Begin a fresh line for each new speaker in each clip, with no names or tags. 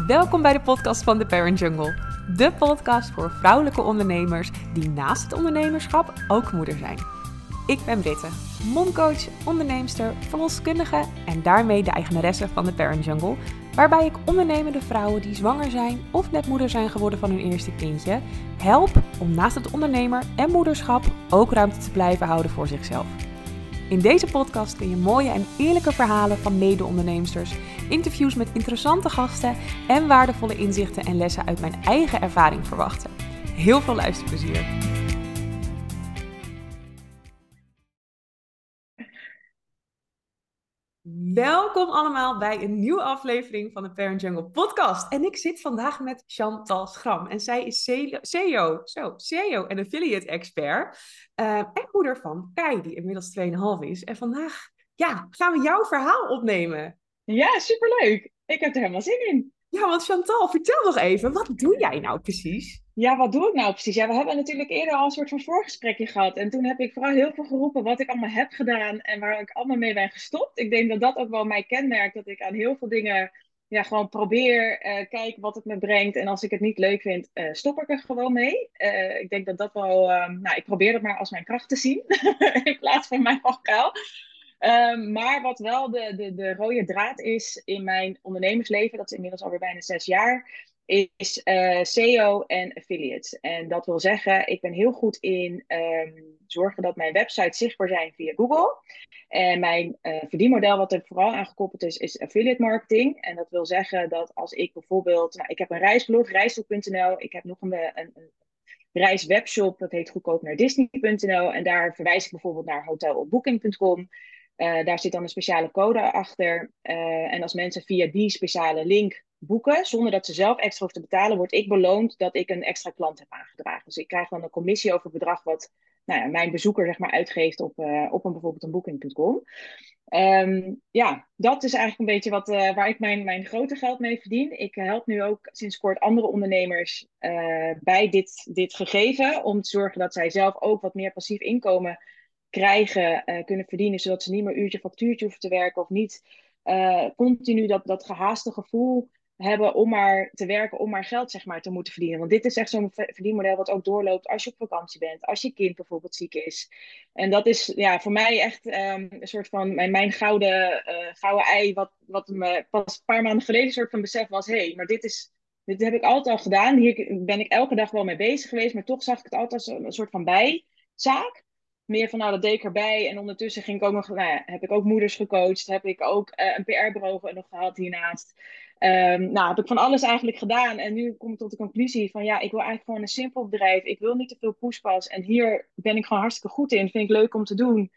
Welkom bij de podcast van The Parent Jungle. De podcast voor vrouwelijke ondernemers die naast het ondernemerschap ook moeder zijn. Ik ben Britte, momcoach, onderneemster, verloskundige en daarmee de eigenaresse van The Parent Jungle, waarbij ik ondernemende vrouwen die zwanger zijn of net moeder zijn geworden van hun eerste kindje, help om naast het ondernemer en moederschap ook ruimte te blijven houden voor zichzelf. In deze podcast kun je mooie en eerlijke verhalen van mede-onderneemsters, interviews met interessante gasten en waardevolle inzichten en lessen uit mijn eigen ervaring verwachten. Heel veel luisterplezier! Welkom allemaal bij een nieuwe aflevering van de Parent Jungle podcast. En ik zit vandaag met Chantal Schram. En zij is CEO en affiliate expert. En moeder van Kai, die inmiddels 2,5 is. En vandaag gaan we jouw verhaal opnemen.
Ja, superleuk. Ik heb er helemaal zin in.
Ja, want Chantal, vertel nog even, wat doe jij nou precies?
Ja, wat doe ik nou precies? Ja, we hebben natuurlijk eerder al een soort van voorgesprekje gehad. En toen heb ik vooral heel veel geroepen wat ik allemaal heb gedaan en waar ik allemaal mee ben gestopt. Ik denk dat dat ook wel mij kenmerkt, dat ik aan heel veel dingen gewoon probeer, kijk wat het me brengt. En als ik het niet leuk vind, stop ik er gewoon mee. Ik denk dat dat wel, ik probeer het maar als mijn kracht te zien, in plaats van mijn valkuil. Maar wat wel de rode draad is in mijn ondernemersleven, dat is inmiddels alweer bijna 6 jaar, is SEO en affiliates. En dat wil zeggen, ik ben heel goed in zorgen dat mijn websites zichtbaar zijn via Google. En mijn verdienmodel wat er vooral aan gekoppeld is affiliate marketing. En dat wil zeggen dat als ik bijvoorbeeld, ik heb een reisblog, reisblog.nl. Ik heb nog een reiswebshop, dat heet goedkoop naar Disney.nl. En daar verwijs ik bijvoorbeeld naar hotelopbooking.com. Daar zit dan een speciale code achter. En als mensen via die speciale link boeken, zonder dat ze zelf extra hoeven te betalen, word ik beloond dat ik een extra klant heb aangedragen. Dus ik krijg dan een commissie over het bedrag wat mijn bezoeker zeg maar uitgeeft op bijvoorbeeld een booking.com. Dat is eigenlijk een beetje waar ik mijn grote geld mee verdien. Ik help nu ook sinds kort andere ondernemers bij dit gegeven, om te zorgen dat zij zelf ook wat meer passief inkomen krijgen, kunnen verdienen, zodat ze niet meer uurtje factuurtje hoeven te werken of niet continu dat gehaaste gevoel hebben om maar te werken, om maar geld zeg maar te moeten verdienen. Want dit is echt zo'n verdienmodel wat ook doorloopt als je op vakantie bent, als je kind bijvoorbeeld ziek is. En dat is voor mij echt een soort van mijn gouden ei, wat me pas een paar maanden geleden een soort van besef was, maar dit heb ik altijd al gedaan. Hier ben ik elke dag wel mee bezig geweest, maar toch zag ik het altijd als een soort van bijzaak. Meer van, dat deed ik erbij. En ondertussen ging ik ook nog, heb ik ook moeders gecoacht. Heb ik ook een PR-bureau nog gehad hiernaast. Heb ik van alles eigenlijk gedaan. En nu kom ik tot de conclusie van, ik wil eigenlijk gewoon een simpel bedrijf. Ik wil niet te veel poespas. En hier ben ik gewoon hartstikke goed in. Vind ik leuk om te doen.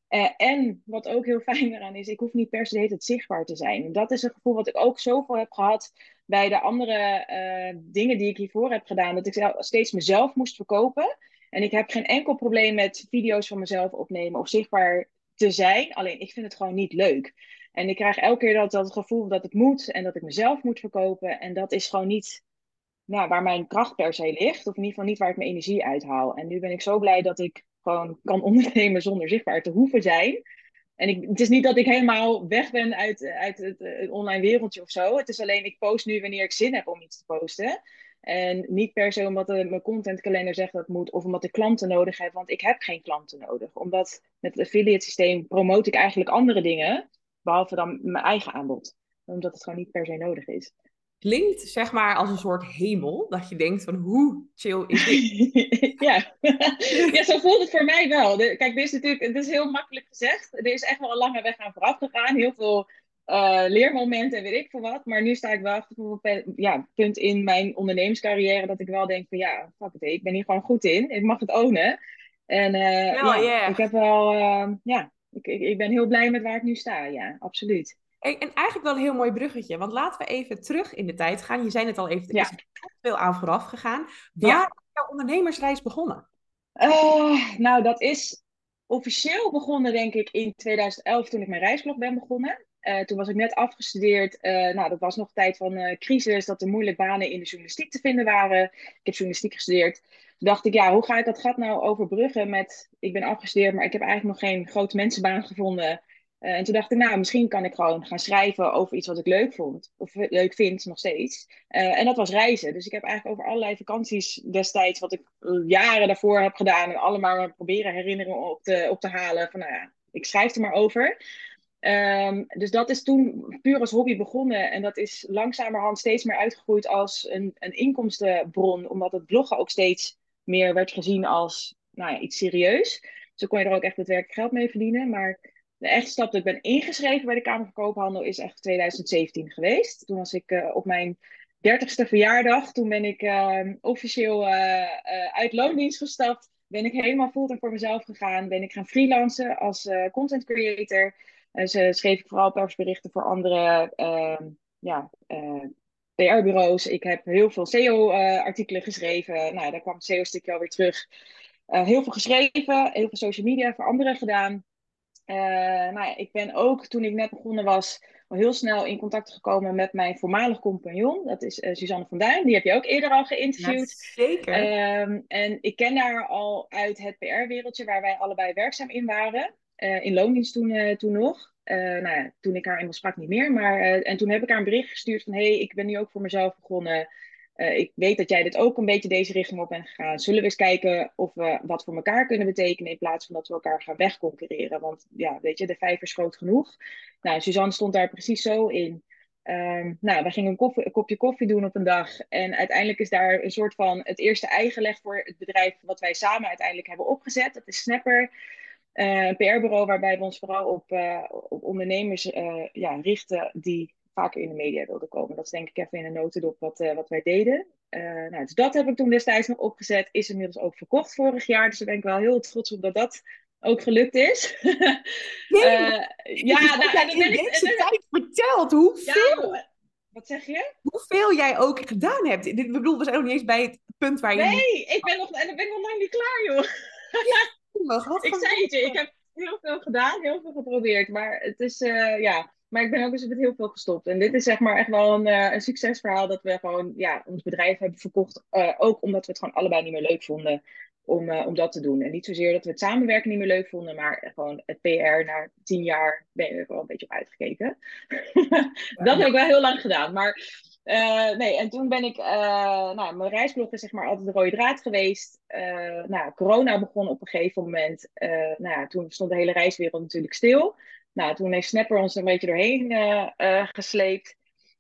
En wat ook heel fijn eraan is, ik hoef niet per se het zichtbaar te zijn. Dat is een gevoel wat ik ook zoveel heb gehad bij de andere dingen die ik hiervoor heb gedaan. Dat ik steeds mezelf moest verkopen. En ik heb geen enkel probleem met video's van mezelf opnemen of zichtbaar te zijn. Alleen ik vind het gewoon niet leuk. En ik krijg elke keer dat gevoel dat het moet en dat ik mezelf moet verkopen. En dat is gewoon niet waar mijn kracht per se ligt. Of in ieder geval niet waar ik mijn energie uithaal. En nu ben ik zo blij dat ik gewoon kan ondernemen zonder zichtbaar te hoeven zijn. En het is niet dat ik helemaal weg ben uit het online wereldje of zo. Het is alleen, ik post nu wanneer ik zin heb om iets te posten. En niet per se omdat mijn contentkalender zegt dat het moet. Of omdat ik klanten nodig heb. Want ik heb geen klanten nodig. Omdat met het affiliate systeem promote ik eigenlijk andere dingen. Behalve dan mijn eigen aanbod. Omdat het gewoon niet per se nodig is.
Klinkt zeg maar als een soort hemel, dat je denkt van hoe chill is dit?
Ja. Ja, zo voelt het voor mij wel. Kijk, het is heel makkelijk gezegd. Er is echt wel een lange weg aan vooraf gegaan. Heel veel leermomenten en weet ik veel wat. Maar nu sta ik wel op een punt in mijn ondernemerscarrière dat ik wel denk van fuck it, ik ben hier gewoon goed in. Ik mag het ownen. En ik heb wel, ik ben heel blij met waar ik nu sta. Ja, absoluut.
En eigenlijk wel een heel mooi bruggetje, want laten we even terug in de tijd gaan. Je zei het al even, er is
Ja,
veel aan vooraf gegaan. Waar
ja.
is jouw ondernemersreis begonnen?
Dat is officieel begonnen, denk ik, in 2011 toen ik mijn reisblog ben begonnen. Toen was ik net afgestudeerd. Dat was nog tijd van crisis, dat er moeilijk banen in de journalistiek te vinden waren. Ik heb journalistiek gestudeerd. Toen dacht ik, hoe ga ik dat gat nou overbruggen met, ik ben afgestudeerd, maar ik heb eigenlijk nog geen grote mensenbaan gevonden. En toen dacht ik, nou, misschien kan ik gewoon gaan schrijven over iets wat ik leuk vond. Of leuk vind, nog steeds. En dat was reizen. Dus ik heb eigenlijk over allerlei vakanties destijds, wat ik jaren daarvoor heb gedaan. En allemaal proberen herinneringen op te halen. Van, nou ja, ik schrijf er maar over. Dus dat is toen puur als hobby begonnen. En dat is langzamerhand steeds meer uitgegroeid als een inkomstenbron. Omdat het bloggen ook steeds meer werd gezien als nou ja, iets serieus. Dus dan kon je er ook echt daadwerkelijk geld mee verdienen. Maar de echte stap dat ik ben ingeschreven bij de Kamer van Koophandel is echt 2017 geweest. Toen was ik op mijn 30ste verjaardag. Toen ben ik officieel uit loondienst gestapt. Ben ik helemaal fulltime voor mezelf gegaan. Ben ik gaan freelancen als content creator. Ze schreef ik vooral persberichten voor andere ja, PR-bureaus. Ik heb heel veel SEO-artikelen geschreven. Nou, daar kwam het SEO-stukje alweer terug. Heel veel geschreven, heel veel social media voor anderen gedaan. Nou ja, ik ben ook, toen ik net begonnen was, al heel snel in contact gekomen met mijn voormalig compagnon. Dat is Suzanne van Duin. Die heb je ook eerder al
Ja,
geïnterviewd.
zeker.
En ik ken haar al uit het PR-wereldje waar wij allebei werkzaam in waren. In loondienst toen nog. Nou ja, toen ik haar eenmaal sprak niet meer. Maar, en toen heb ik haar een bericht gestuurd van... hey, ik ben nu ook voor mezelf begonnen. Ik weet dat jij dit ook een beetje deze richting op bent gegaan. Zullen we eens kijken of we wat voor elkaar kunnen betekenen... in plaats van dat we elkaar gaan wegconcurreren. Want ja, weet je, de vijver is groot genoeg. Nou, Suzanne stond daar precies zo in. Nou, we gingen een kopje koffie doen op een dag. En uiteindelijk is daar een soort van het eerste ei gelegd voor het bedrijf wat wij samen uiteindelijk hebben opgezet. Dat is Snapper. Een PR-bureau waarbij we ons vooral op ondernemers ja, richten die vaker in de media wilden komen. Dat is denk ik even in een notendop wat wij deden. Nou, dus dat heb ik toen destijds nog opgezet. Is inmiddels ook verkocht vorig jaar. Dus daar ben ik wel heel trots op dat dat ook gelukt is.
Nee,
Ja, nou, en
jij
dan
in
ben ik...
deze
En dan,
tijd vertelt
ja, joh, wat zeg je?
hoeveel jij ook gedaan hebt. Ik bedoel, we zijn nog niet eens bij het punt waar je nu
Nee, en dan ben ik nog lang niet klaar, joh.
mag. Wat
Ik zei het je, ik
geweldig.
heb heel veel gedaan, heel veel geprobeerd. Maar het is, ja. Maar ik ben ook eens met heel veel gestopt. En dit is zeg maar echt wel een succesverhaal dat we gewoon, ja, ons bedrijf hebben verkocht. Ook omdat we het gewoon allebei niet meer leuk vonden om dat te doen. En niet zozeer dat we het samenwerken niet meer leuk vonden, maar gewoon het PR na 10 jaar ben je er wel een beetje op uitgekeken. Dat heb ik wel heel lang gedaan. Maar nee, en toen ben ik, nou, mijn reisblog is zeg maar altijd de rode draad geweest. Nou, corona begon op een gegeven moment. Nou ja, toen stond de hele reiswereld natuurlijk stil. Nou, toen heeft Snapper ons er een beetje doorheen gesleept.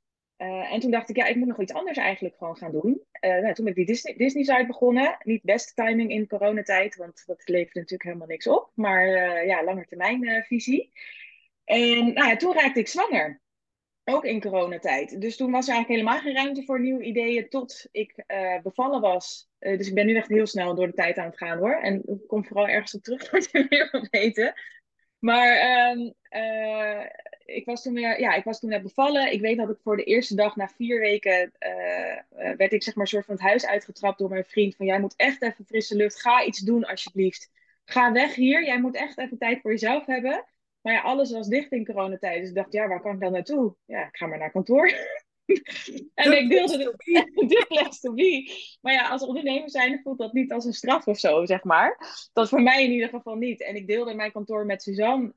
En toen dacht ik, ja, ik moet nog iets anders eigenlijk gewoon gaan doen. Nou, toen ben ik die Disney-site begonnen. Niet beste timing in coronatijd, want dat leverde natuurlijk helemaal niks op. Maar ja, langetermijn visie. En nou ja, toen raakte ik zwanger. Ook in coronatijd. Dus toen was er eigenlijk helemaal geen ruimte voor nieuwe ideeën tot ik bevallen was. Dus ik ben nu echt heel snel door de tijd aan het gaan hoor. En ik kom vooral ergens op terug wat je meer wil weten. Maar ik was toen weer, ja, ik was toen net bevallen. Ik weet dat ik voor de eerste dag na 4 weken werd ik zeg maar soort van het huis uitgetrapt door mijn vriend. Van jij moet echt even frisse lucht. Ga iets doen alsjeblieft. Ga weg hier. Jij moet echt even tijd voor jezelf hebben. Maar ja, alles was dicht in coronatijd. Dus ik dacht, ja, waar kan ik dan naartoe? Ja, ik ga maar naar kantoor. En
De
ik deelde
place to be.
de place to be. Maar ja, als ondernemer zijn voelt dat niet als een straf of zo, zeg maar. Dat voor mij in ieder geval niet. En ik deelde mijn kantoor met Suzanne.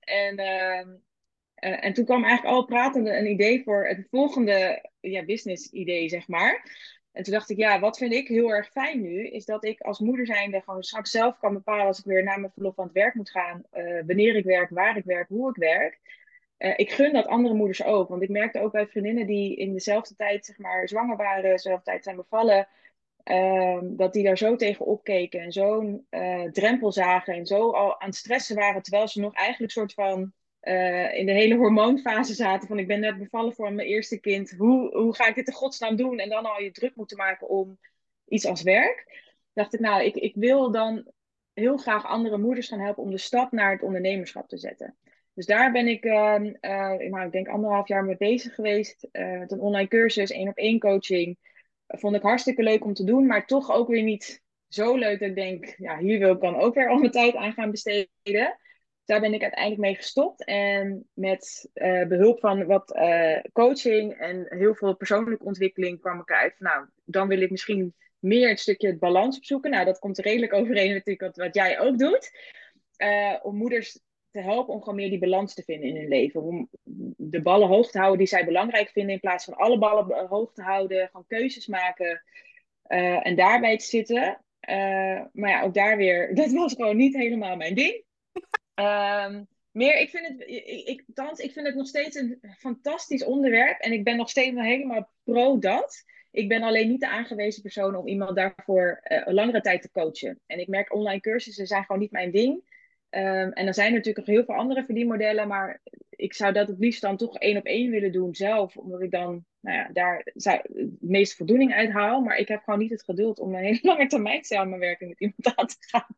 En toen kwam eigenlijk al pratende een idee voor het volgende ja, business idee, zeg maar. En toen dacht ik, ja, wat vind ik heel erg fijn nu, is dat ik als moeder zijnde gewoon straks zelf kan bepalen als ik weer na mijn verlof aan het werk moet gaan, wanneer ik werk, waar ik werk, hoe ik werk. Ik gun dat andere moeders ook. Want ik merkte ook bij vriendinnen die in dezelfde tijd zeg maar, zwanger waren, dezelfde tijd zijn bevallen. Dat die daar zo tegen opkeken en zo'n drempel zagen en zo al aan het stressen waren. Terwijl ze nog eigenlijk soort van in de hele hormoonfase zaten. Van ik ben net bevallen voor mijn eerste kind. Hoe ga ik dit in godsnaam doen? En dan al je druk moeten maken om iets als werk. Dacht ik nou, ik wil dan heel graag andere moeders gaan helpen om de stap naar het ondernemerschap te zetten. Dus daar ben ik, nou, ik denk 1,5 jaar mee bezig geweest. Met een online cursus, 1-op-1 coaching. Vond ik hartstikke leuk om te doen, maar toch ook weer niet zo leuk dat ik denk, ja, hier wil ik dan ook weer al mijn tijd aan gaan besteden. Daar ben ik uiteindelijk mee gestopt. En met behulp van wat coaching en heel veel persoonlijke ontwikkeling kwam ik uit van, nou, dan wil ik misschien meer het stukje balans opzoeken. Nou, dat komt redelijk overeen natuurlijk wat jij ook doet. Om moeders te helpen om gewoon meer die balans te vinden in hun leven. Om de ballen hoog te houden die zij belangrijk vinden, in plaats van alle ballen hoog te houden. Gewoon keuzes maken en daarbij te zitten. Maar ja, ook daar weer, dat was gewoon niet helemaal mijn ding. Meer, ik vind het nog steeds een fantastisch onderwerp. En ik ben nog steeds helemaal pro dat. Ik ben alleen niet de aangewezen persoon om iemand daarvoor een langere tijd te coachen. En ik merk online cursussen zijn gewoon niet mijn ding. En er zijn natuurlijk nog heel veel andere verdienmodellen. Maar ik zou dat het liefst dan toch 1-op-1 willen doen zelf. Omdat ik dan daar de meeste voldoening uit haal. Maar ik heb gewoon niet het geduld om een hele lange termijn samenwerking met iemand aan te gaan.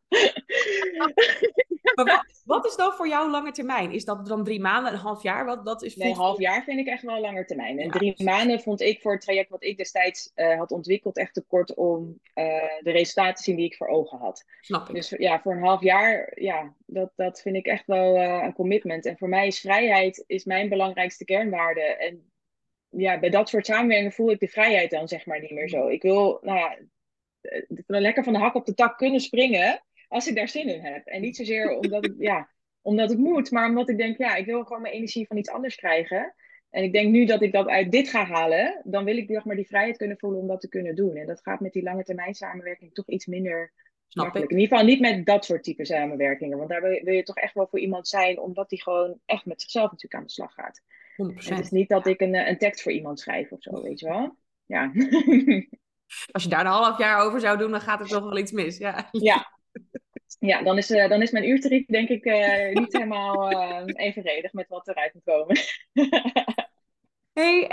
Maar wat is dan voor jou lange termijn? Is dat dan 3 maanden, een half jaar? Dat is
Nee, een half jaar vind ik echt wel langer termijn. En
Ja,
3 maanden vond ik voor het traject wat ik destijds had ontwikkeld echt te kort om de resultaten te zien die ik voor ogen had.
snap ik.
Dus ja, voor een half jaar, ja, dat vind ik echt wel een commitment. En voor mij is vrijheid mijn belangrijkste kernwaarde. En ja, bij dat soort samenwerkingen voel ik de vrijheid dan zeg maar niet meer zo. Ik wil, lekker van de hak op de tak kunnen springen als ik daar zin in heb. En niet zozeer omdat het moet, maar omdat ik denk, ja, ik wil gewoon mijn energie van iets anders krijgen. En ik denk nu dat ik dat uit dit ga halen, dan wil ik zeg maar die vrijheid kunnen voelen om dat te kunnen doen. En dat gaat met die lange termijn samenwerking toch iets minder
Snap
makkelijk.
ik.
In ieder geval niet met dat soort type samenwerkingen. Want daar wil je toch echt wel voor iemand zijn, omdat die gewoon echt met zichzelf natuurlijk aan de slag gaat.
100%.
En het is niet dat ik een tekst voor iemand schrijf of zo, weet je wel. Ja.
Als je daar een half jaar over zou doen, dan gaat er toch wel iets mis. Ja,
Ja, dan is mijn uurtarief denk ik niet helemaal evenredig met wat eruit moet komen.
Hey,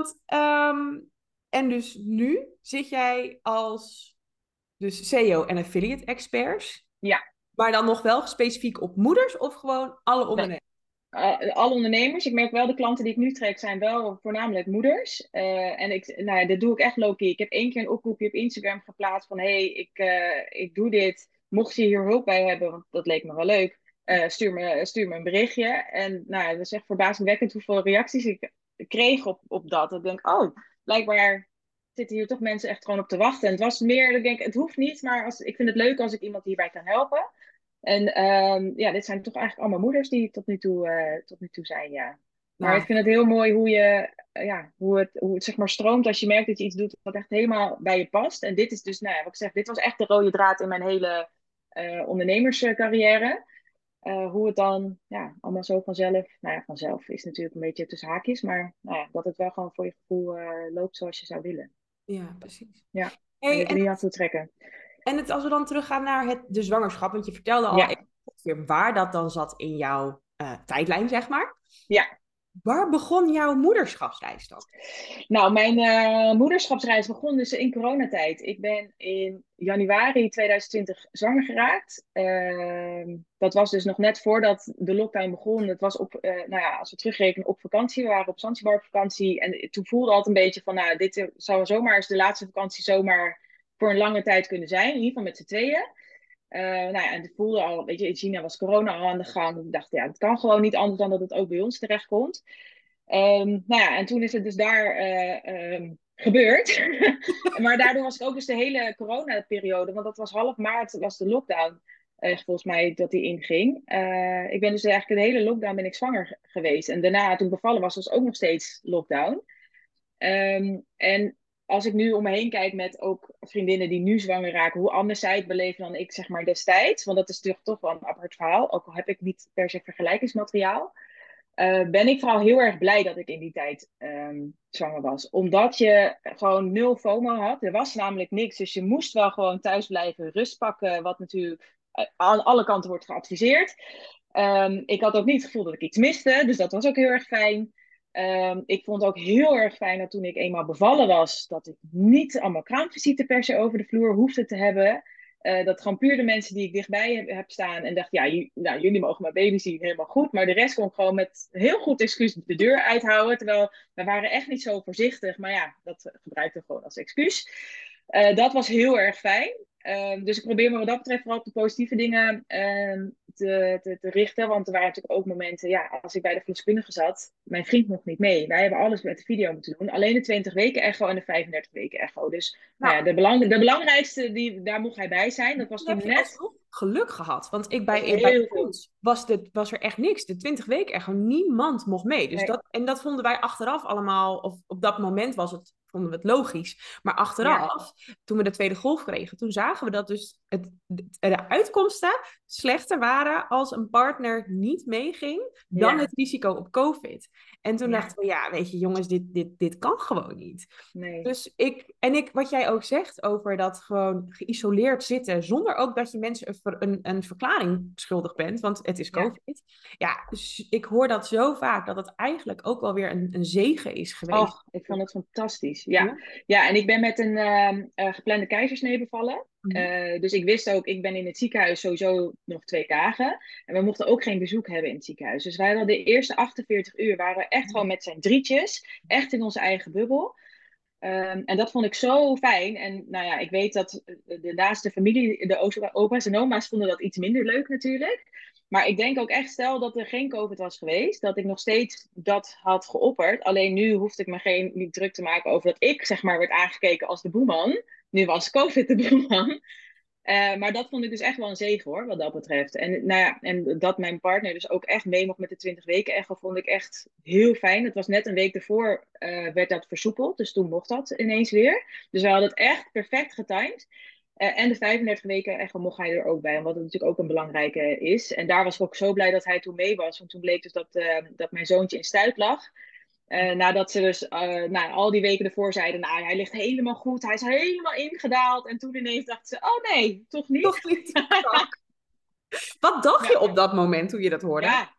en dus nu zit jij als dus SEO en affiliate experts,
Ja,
maar dan nog wel specifiek op moeders of gewoon alle
nee.
ondernemers?
Alle ondernemers. Ik merk wel, de klanten die ik nu trek zijn wel voornamelijk moeders. En dat doe ik echt low-key. Ik heb 1 keer een oproepje op Instagram geplaatst van hey, ik doe dit. Mocht je hier hulp bij hebben, want dat leek me wel leuk, stuur me een berichtje. En dat is echt verbazingwekkend hoeveel reacties ik kreeg op dat. Ik denk, oh, blijkbaar zitten hier toch mensen echt gewoon op te wachten. En het was meer, ik denk, het hoeft niet, maar ik vind het leuk als ik iemand hierbij kan helpen. En dit zijn toch eigenlijk allemaal moeders die tot nu toe zijn, ja. Maar
Nou,
ik vind het heel mooi hoe het zeg maar stroomt als je merkt dat je iets doet wat echt helemaal bij je past. En dit is dus, wat ik zeg, dit was echt de rode draad in mijn hele ondernemerscarrière. Hoe het dan allemaal zo vanzelf is natuurlijk een beetje tussen haakjes, maar dat het wel gewoon voor je gevoel loopt zoals je zou willen.
ja, precies.
Ja, en
Hey,
ik er niet aan toe trekken.
en als we dan teruggaan naar de zwangerschap, want je vertelde al
Ja.
even waar dat dan zat in jouw tijdlijn, zeg maar.
Ja.
Waar begon jouw moederschapsreis dan?
Nou, mijn moederschapsreis begon dus in coronatijd. Ik ben in januari 2020 zwanger geraakt. Dat was dus nog net voordat de lockdown begon. Het was als we terugrekenen op vakantie. We waren op Zanzibar op vakantie. En toen voelde altijd een beetje van, dit zou zomaar eens de laatste vakantie zomaar voor een lange tijd kunnen zijn. In ieder geval met z'n tweeën. En het voelde al, weet je, in China was corona al aan de gang. Ik dacht, het kan gewoon niet anders dan dat het ook bij ons terecht komt. En toen is het dus daar gebeurd. Maar daardoor was ik ook dus de hele coronaperiode, want dat was half maart, was de lockdown, volgens mij, dat die inging. Ik ben dus eigenlijk de hele lockdown ben ik zwanger geweest. En daarna, toen bevallen was ook nog steeds lockdown. En als ik nu om me heen kijk met ook vriendinnen die nu zwanger raken, hoe anders zij het beleven dan ik zeg maar destijds. Want dat is toch wel een apart verhaal, ook al heb ik niet per se vergelijkingsmateriaal. Ben ik vooral heel erg blij dat ik in die tijd zwanger was. Omdat je gewoon 0 FOMO had. Er was namelijk niks. Dus je moest wel gewoon thuis blijven, rust pakken. Wat natuurlijk aan alle kanten wordt geadviseerd. Ik had ook niet het gevoel dat ik iets miste. Dus dat was ook heel erg fijn. Ik vond ook heel erg fijn dat toen ik eenmaal bevallen was, dat ik niet allemaal kraamvisite per se over de vloer hoefde te hebben. Dat gewoon puur de mensen die ik dichtbij heb staan en dacht, jullie mogen mijn baby zien, helemaal goed. Maar de rest kon ik gewoon met heel goed excuus de deur uithouden. Terwijl we waren echt niet zo voorzichtig, maar dat gebruikte we gewoon als excuus. Dat was heel erg fijn. Dus ik probeer me wat dat betreft vooral op de positieve dingen te richten. Want er waren natuurlijk ook momenten, ja, als ik bij de verloskundige zat, mijn vriend mocht niet mee. Wij hebben alles met de video moeten doen. Alleen de 20 weken echo en de 35 weken echo. Dus nou ja,
Nou,
de belangrijkste, daar mocht hij bij zijn. Dat was
dan
toen
heb je
net.
alsnog geluk gehad. Want
Dat is
bij
heel veel.
ons was er echt niks. De 20 weken echt gewoon niemand mocht mee. Dus
Nee,
dat vonden wij achteraf allemaal, of op dat moment vonden we het logisch. Maar
ja,
achteraf, toen we de tweede golf kregen, toen zagen we dat dus de uitkomsten slechter waren als een partner niet meeging dan
ja,
het risico op COVID. En toen
ja,
dachten we, ja, weet je jongens, dit kan gewoon niet.
nee.
Dus wat jij ook zegt over dat gewoon geïsoleerd zitten, zonder ook dat je mensen een verklaring schuldig bent, want het is
Ja.
COVID. Ja, dus ik hoor dat zo vaak, dat het eigenlijk ook wel weer een zegen is geweest.
Och, ik vond het fantastisch. Ja,
Ja.
ja, en ik ben met een geplande keizersnee bevallen.
Mhm.
Dus ik wist ook, ik ben in het ziekenhuis sowieso nog 2 dagen. En we mochten ook geen bezoek hebben in het ziekenhuis. Dus wij hadden de eerste 48 uur, waren we echt gewoon met z'n drietjes. Echt in onze eigen bubbel. En dat vond ik zo fijn. En nou ja, ik weet dat de naaste familie, de opa's en oma's, vonden dat iets minder leuk natuurlijk. Maar ik denk ook echt, stel dat er geen COVID was geweest, dat ik nog steeds dat had geopperd. Alleen nu hoefde ik me niet druk te maken over dat ik, zeg maar, werd aangekeken als de boeman. Nu was COVID de boeman. Maar dat vond ik dus echt wel een zegen hoor, wat dat betreft. En, nou ja, en dat mijn partner dus ook echt mee mocht met de 20 weken echo, vond ik echt heel fijn. Het was net een week ervoor, werd dat versoepeld. Dus toen mocht dat ineens weer. Dus we hadden het echt perfect getimed. En de 35 weken echo mocht hij er ook bij, omdat het natuurlijk ook een belangrijke is. En daar was ik ook zo blij dat hij toen mee was. Want toen bleek dus dat mijn zoontje in stuit lag. Nadat ze dus al die weken ervoor zeiden, nou, hij ligt helemaal goed, hij is helemaal ingedaald. En toen ineens dachten ze, oh nee, toch
Toch
niet?
niet. Wat dacht je
Ja,
op dat moment toen je dat hoorde?
ja,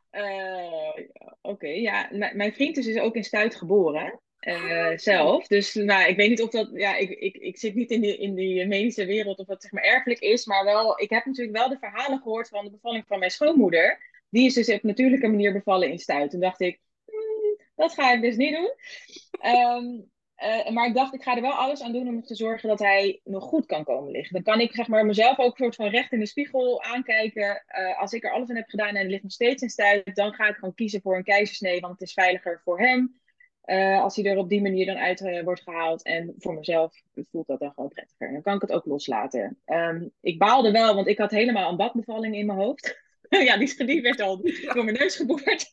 oké, ja. Mijn vriend is dus ook in Stuit geboren, zelf. Dus nou, ik weet niet of dat, ja, ik zit niet in die medische wereld of dat zeg maar erfelijk is, maar wel, ik heb natuurlijk wel de verhalen gehoord van de bevalling van mijn schoonmoeder. Die is dus op natuurlijke manier bevallen in Stuit. Toen dacht ik, dat ga ik dus niet doen. Maar ik dacht, ik ga er wel alles aan doen om te zorgen dat hij nog goed kan komen liggen. Dan kan ik zeg maar, mezelf ook een soort van recht in de spiegel aankijken. Als ik er alles aan heb gedaan en hij ligt nog steeds in stuit, dan ga ik gewoon kiezen voor een keizersnee, want het is veiliger voor hem. Als hij er op die manier dan uit wordt gehaald. En voor mezelf voelt dat dan gewoon prettiger. Dan kan ik het ook loslaten. Ik baalde wel, want ik had helemaal een badbevalling in mijn hoofd. Ja, die werd al door mijn neus geboord.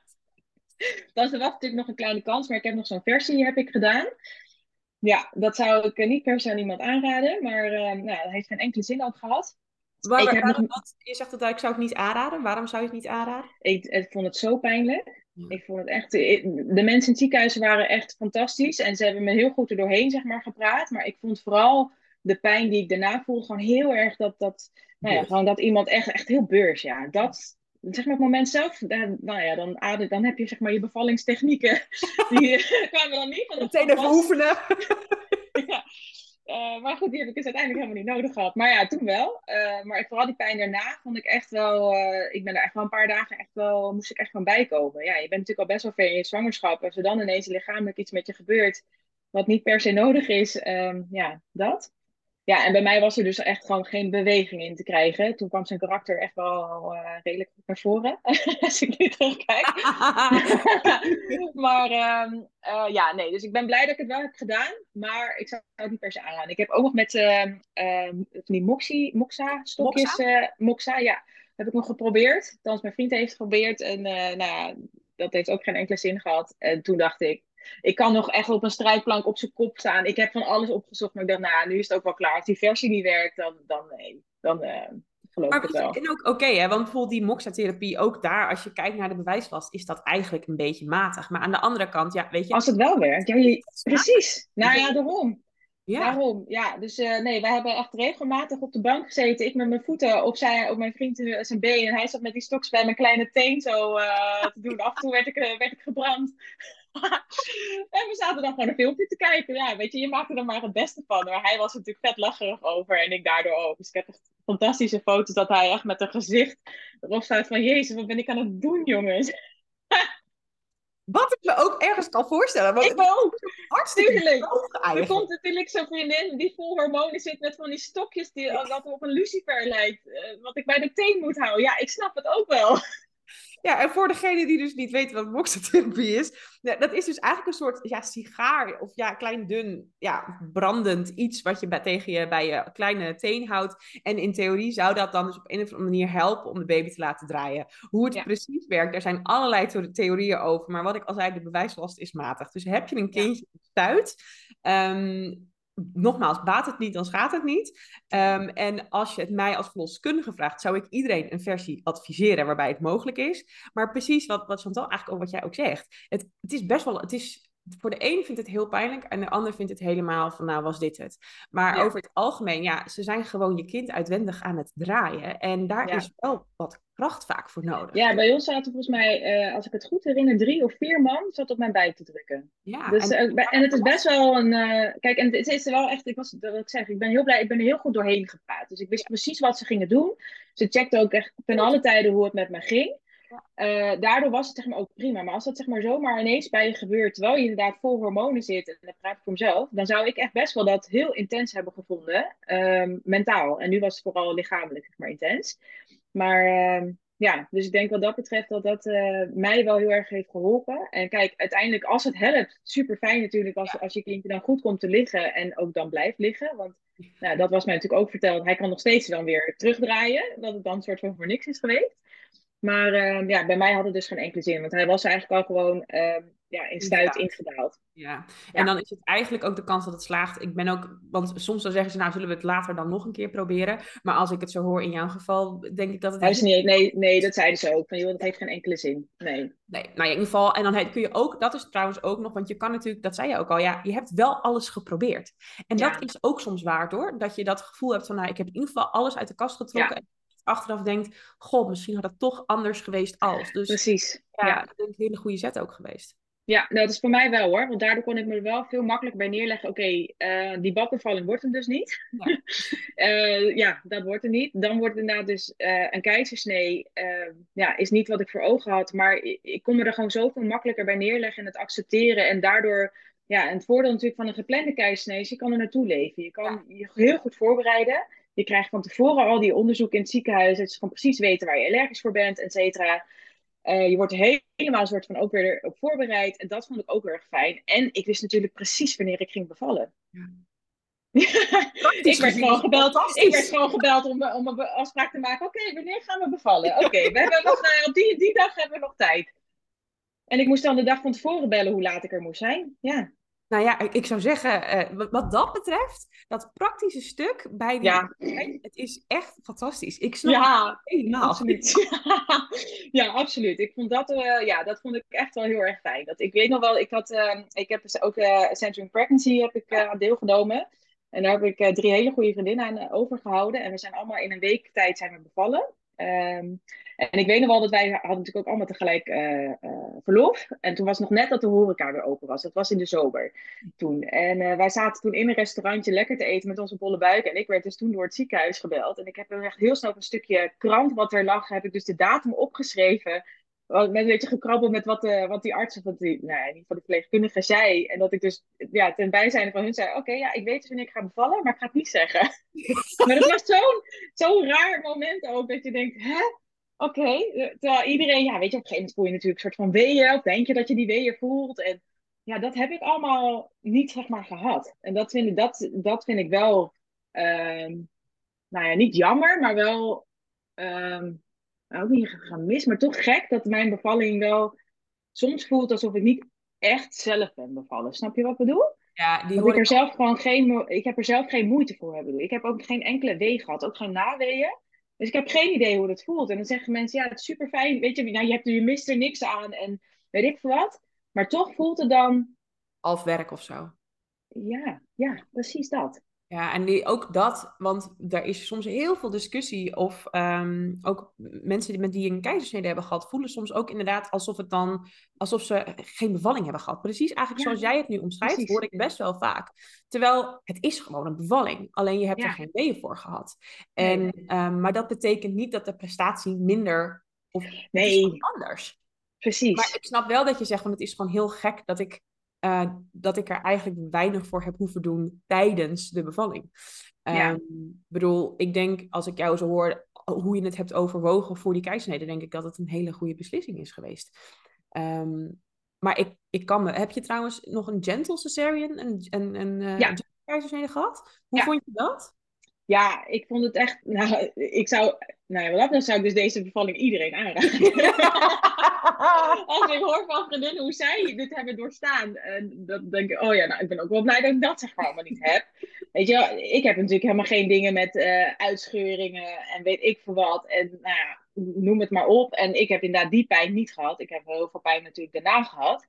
Dat was natuurlijk nog een kleine kans, maar ik heb nog zo'n versie heb ik gedaan. Ja, dat zou ik niet per se aan iemand aanraden, maar nou, dat heeft geen enkele zin ook gehad. Ik heb nog,
Je zegt dat ik zou het niet aanraden. Waarom zou je het niet aanraden?
ik vond het zo pijnlijk.
Ja.
Ik vond het echt, de mensen in het ziekenhuis waren echt fantastisch en ze hebben me heel goed er doorheen zeg maar gepraat, maar ik vond vooral de pijn die ik daarna voelde gewoon heel erg nou ja, gewoon dat iemand echt heel beurs, ja. Dat, zeg maar, het moment zelf, nou ja, dan heb je zeg maar je bevallingstechnieken. Die kwamen dan niet van
Meteen even oefenen.
Ja. Maar goed, die heb ik dus uiteindelijk helemaal niet nodig gehad. Maar ja, toen wel. Maar vooral die pijn daarna vond ik echt wel... ik ben er echt wel een paar dagen echt wel... moest ik echt van bijkomen. Ja, je bent natuurlijk al best wel ver in je zwangerschap. Als er dan ineens lichamelijk iets met je gebeurt... wat niet per se nodig is, ja, dat. Ja, en bij mij was er dus echt gewoon geen beweging in te krijgen. Toen kwam zijn karakter echt wel redelijk goed naar voren. Als ik nu terugkijk. Maar ja, nee. Dus ik ben blij dat ik het wel heb gedaan. Maar ik zou het niet per se aanraden. Ik heb ook nog met van die Moxa-stokjes. Moxa, ja. Heb ik nog geprobeerd. Althans, mijn vriend heeft het geprobeerd. En nou ja, dat heeft ook geen enkele zin gehad. En toen dacht ik kan nog echt op een strijkplank op zijn kop staan. Ik heb van alles opgezocht, maar ik dacht, nou, nu is het ook wel klaar. Als die versie niet werkt, dan nee. Dan geloof ik
Maar
het
weet je,
wel.
en ook oké, hè, want bijvoorbeeld die moxa-therapie, ook daar, als je kijkt naar de bewijslast, is dat eigenlijk een beetje matig. Maar aan de andere kant, ja, weet je,
Als het wel werkt, ja, precies. Nou ja, daarom.
ja.
Daarom, ja. Dus nee, wij hebben echt regelmatig op de bank gezeten. Ik met mijn voeten op mijn vriend zijn been. En hij zat met die stoks bij mijn kleine teen zo te doen. Af en toe werd ik gebrand. En we zaten dan gewoon een filmpje te kijken. Ja, weet je maakte er maar het beste van. Maar hij was er natuurlijk vet lacherig over. En ik daardoor ook. Dus ik heb echt fantastische foto's dat hij echt met een gezicht erop staat van... Jezus, wat ben ik aan het doen, jongens?
Wat ik me ook ergens kan voorstellen. Want
Ik wil ook.
hartstikke
Tuurlijk.
droog
Er
eigenlijk.
komt natuurlijk zo'n vriendin die vol hormonen zit met van die stokjes die dat op een lucifer lijkt. Wat ik bij de teen moet houden. Ja, ik snap het ook wel.
Ja, en voor degene die dus niet weten wat moxotherapie is, dat is dus eigenlijk een soort sigaar of klein dun, brandend iets wat je tegen je bij je kleine teen houdt. En in theorie zou dat dan dus op een of andere manier helpen om de baby te laten draaien. Hoe het precies werkt, daar zijn allerlei theorieën over. Maar wat ik al zei, de bewijslast is matig. Dus heb je een kindje stuit, nogmaals, baat het niet, dan schaadt het niet. En als je het mij als verloskundige vraagt, zou ik iedereen een versie adviseren waarbij het mogelijk is. Maar precies wat Chantal eigenlijk ook wat jij ook zegt. Het is best wel, voor de een vindt het heel pijnlijk en de ander vindt het helemaal van, nou was dit het. Maar over het algemeen, ze zijn gewoon je kind uitwendig aan het draaien. En daar is wel wat kracht vaak voor nodig.
Ja, bij ons zaten volgens mij, als ik het goed herinner, 3 of 4 man zat op mijn buik te drukken.
Ja,
dus, en het is best wel een... kijk, en het is wel echt... Ik ben heel blij, ik ben er heel goed doorheen gepraat. Dus ik wist precies wat ze gingen doen. Ze checkten ook echt ten alle tijden hoe het met me ging. Daardoor was het zeg maar ook prima. Maar als dat zeg maar zomaar ineens bij je gebeurt, terwijl je inderdaad vol hormonen zit, en dan praat ik voor mezelf, dan zou ik echt best wel dat heel intens hebben gevonden, mentaal. En nu was het vooral lichamelijk zeg maar intens. Maar dus ik denk wat dat betreft dat mij wel heel erg heeft geholpen. En kijk, uiteindelijk als het helpt, super fijn natuurlijk als je kindje dan goed komt te liggen en ook dan blijft liggen. Want dat was mij natuurlijk ook verteld. Hij kan nog steeds dan weer terugdraaien, dat het dan een soort van voor niks is geweest. Maar bij mij had het dus geen enkele zin. Want hij was eigenlijk al gewoon in stuit ingedaald.
Ja, en dan is het eigenlijk ook de kans dat het slaagt. Want soms dan zeggen ze, nou zullen we het later dan nog een keer proberen. Maar als ik het zo hoor in jouw geval, denk ik dat het...
Nee, dat zeiden ze ook. Van, joh, dat heeft geen enkele zin. Nee,
nou in ieder geval. En dan kun je ook, dat is trouwens ook nog, want je kan natuurlijk, dat zei je ook al, je hebt wel alles geprobeerd. En dat is ook soms waard hoor. Dat je dat gevoel hebt van, nou, ik heb in ieder geval alles uit de kast getrokken. En achteraf denkt, god, misschien had het toch anders geweest als. Dus
precies.
Dat is een hele goede zet ook geweest.
Ja, dat is voor mij wel hoor. Want daardoor kon ik me er wel veel makkelijker bij neerleggen. Oké, die badbevalling wordt hem dus niet. Dat wordt er niet. Dan wordt het inderdaad dus een keizersnee. Is niet wat ik voor ogen had. Maar ik kon me er gewoon zoveel makkelijker bij neerleggen en het accepteren. En daardoor, en het voordeel natuurlijk van een geplande keizersnee is, je kan er naartoe leven. Je kan je heel goed voorbereiden. Je krijgt van tevoren al die onderzoeken in het ziekenhuis. Dat je gewoon precies weten waar je allergisch voor bent, et cetera. Je wordt helemaal een soort van ook weer op voorbereid. En dat vond ik ook heel erg fijn. En ik wist natuurlijk precies wanneer ik ging bevallen. Ja. Ik werd gewoon gebeld om een afspraak te maken. Oké, wanneer gaan we bevallen? Oké, we hebben nog, op die dag hebben we nog tijd. En ik moest dan de dag van tevoren bellen hoe laat ik er moest zijn. Ja.
Nou ja, ik zou zeggen, wat dat betreft, dat praktische stuk bij die... Het is echt fantastisch. Ik snap het helemaal.
Absoluut. Ja, absoluut. Ik vond dat vond ik echt wel heel erg fijn. Ik weet nog wel, ik heb dus ook Centering Pregnancy aan deelgenomen. En daar heb ik 3 hele goede vriendinnen aan overgehouden. En we zijn allemaal in een week tijd zijn we bevallen. En ik weet nog wel dat wij hadden natuurlijk ook allemaal tegelijk verlof. En toen was nog net dat de horeca weer open was. Dat was in de zomer toen. En wij zaten toen in een restaurantje lekker te eten met onze bolle buik. En ik werd dus toen door het ziekenhuis gebeld. En ik heb echt heel snel op een stukje krant wat er lag, heb ik dus de datum opgeschreven. Met een beetje gekrabbeld met wat die arts of in ieder geval de verpleegkundige zei. En dat ik dus ten bijzijnde van hun zei, oké, ik weet dus wanneer ik ga bevallen, maar ik ga het niet zeggen. Maar dat was zo'n raar moment ook, dat je denkt, hè? Oké. Terwijl iedereen, weet je, op een gegeven moment voel je natuurlijk een soort van weeën, of denk je dat je die weeën voelt. En dat heb ik allemaal niet, zeg maar, gehad. En dat vind ik wel, niet jammer, maar wel... ook niet gemist, maar toch gek dat mijn bevalling wel soms voelt alsof ik niet echt zelf ben bevallen. Snap je wat ik bedoel?
Ja,
ik heb er zelf geen moeite voor hebben. Ik heb ook geen enkele wee gehad, ook geen naweeën. Dus ik heb geen idee hoe dat voelt. En dan zeggen mensen, het is super fijn, weet je, je mist er niks aan en weet ik veel wat. Maar toch voelt het dan...
half werk of zo.
Ja, precies dat.
Ja, en ook dat, want er is soms heel veel discussie of ook mensen die een keizersnede hebben gehad, voelen soms ook inderdaad alsof ze geen bevalling hebben gehad. Precies eigenlijk zoals jij het nu omschrijft, hoor ik best wel vaak. Terwijl het is gewoon een bevalling, alleen je hebt er geen weeën voor gehad. En, maar dat betekent niet dat de prestatie minder of is anders. Maar
Precies.
ik snap wel dat je zegt, van het is gewoon heel gek dat ik er eigenlijk weinig voor heb hoeven doen tijdens de bevalling.
Ja.
Bedoel, ik denk als ik jou zo hoor hoe je het hebt overwogen voor die keizersnede, denk ik dat het een hele goede beslissing is geweest. Ehm, maar ik kan me... Heb je trouwens nog een gentle cesarean, een
Ja.
gentle keizersnede gehad? Hoe
Ja.
vond je dat?
Ja, ik vond het echt. Nou, ik zou. Nou ja, wat dat betreft zou ik dus deze bevalling iedereen aanraden. Als ik hoor van vriendinnen hoe zij dit hebben doorstaan, dan denk ik, oh ja, nou, ik ben ook wel blij dat ik dat zeg maar allemaal niet heb. Weet je wel, ik heb natuurlijk helemaal geen dingen met uitscheuringen en weet ik veel wat. En nou ja, noem het maar op. En ik heb inderdaad die pijn niet gehad. Ik heb wel heel veel pijn natuurlijk daarna gehad.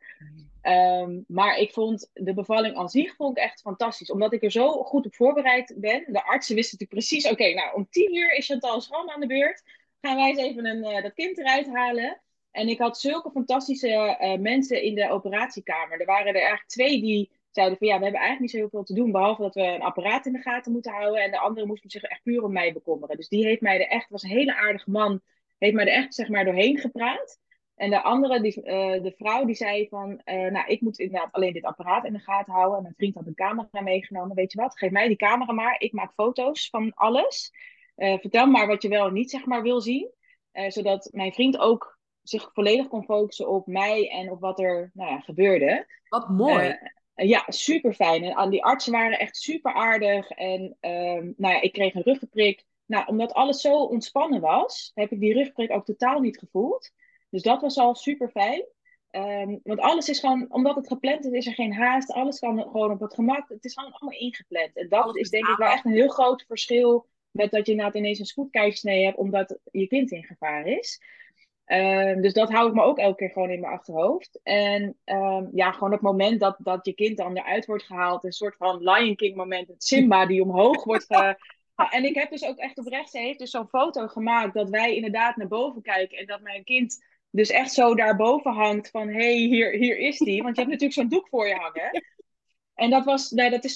Maar ik vond de bevalling aan zich vond ik echt fantastisch. Omdat ik er zo goed op voorbereid ben. De artsen wisten natuurlijk precies, oké, nou om 10 uur is Chantal Schram aan de beurt. Gaan wij eens even dat kind eruit halen. En ik had zulke fantastische mensen in de operatiekamer. Er waren er eigenlijk 2 die zeiden van ja, we hebben eigenlijk niet zo heel veel te doen. Behalve dat we een apparaat in de gaten moeten houden. En de andere moest zich echt puur om mij bekommeren. Dus die heeft mij er echt, was een hele aardige man. Heeft mij er echt zeg maar doorheen gepraat. En de andere, de vrouw, die zei van... nou, ik moet inderdaad alleen dit apparaat in de gaten houden. En mijn vriend had een camera meegenomen. Weet je wat, geef mij die camera maar. Ik maak foto's van alles. Vertel maar wat je wel en niet zeg maar wil zien. Zodat mijn vriend ook zich volledig kon focussen op mij en op wat er nou ja, gebeurde.
Wat
Uh,
mooi.
ja, super fijn. En die artsen waren echt super aardig. En nou ja, ik kreeg een ruggenprik. Nou, omdat alles zo ontspannen was, heb ik die ruggenprik ook totaal niet gevoeld. Dus dat was al super fijn. Want alles is gewoon, omdat het gepland is, is er geen haast. Alles kan gewoon op het gemak. Het is gewoon allemaal ingepland. En dat
Alles
is
met
denk ik wel
aandacht.
echt een heel groot verschil met dat je inderdaad ineens een spoedkeizersnee hebt, omdat je kind in gevaar is. Dus dat hou ik me ook elke keer gewoon in mijn achterhoofd. En ja, gewoon het moment dat je kind dan eruit wordt gehaald. Een soort van Lion King moment. Het Simba die omhoog wordt en ik heb dus ook echt oprecht, ze heeft dus zo'n foto gemaakt dat wij inderdaad naar boven kijken. En dat mijn kind dus echt zo daarboven hangt van, hé, hey, hier is die. Want je hebt natuurlijk zo'n doek voor je hangen. En dat was, nou, dat is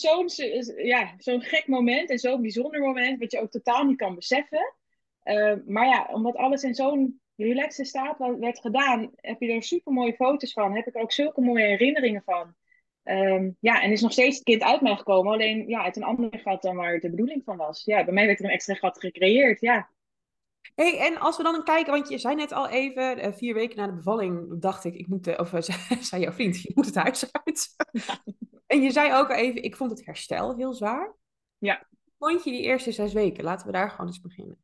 zo'n gek moment en zo'n bijzonder moment, wat je ook totaal niet kan beseffen. Maar ja, omdat alles in zo'n relaxe staat werd gedaan, heb je er super mooie foto's van. Heb ik er ook zulke mooie herinneringen van. Ja, en is nog steeds het kind uit mij gekomen, alleen ja, uit een ander gat dan waar de bedoeling van was. Ja, bij mij werd er een extra gat gecreëerd, ja.
Hey, en als we dan kijken, want je zei net al even, 4 weken na de bevalling dacht ik moet, zei jouw vriend, je moet het huis uit. En je zei ook al even, ik vond het herstel heel zwaar.
Ja.
Vond je die eerste 6 weken? Laten we daar gewoon eens beginnen.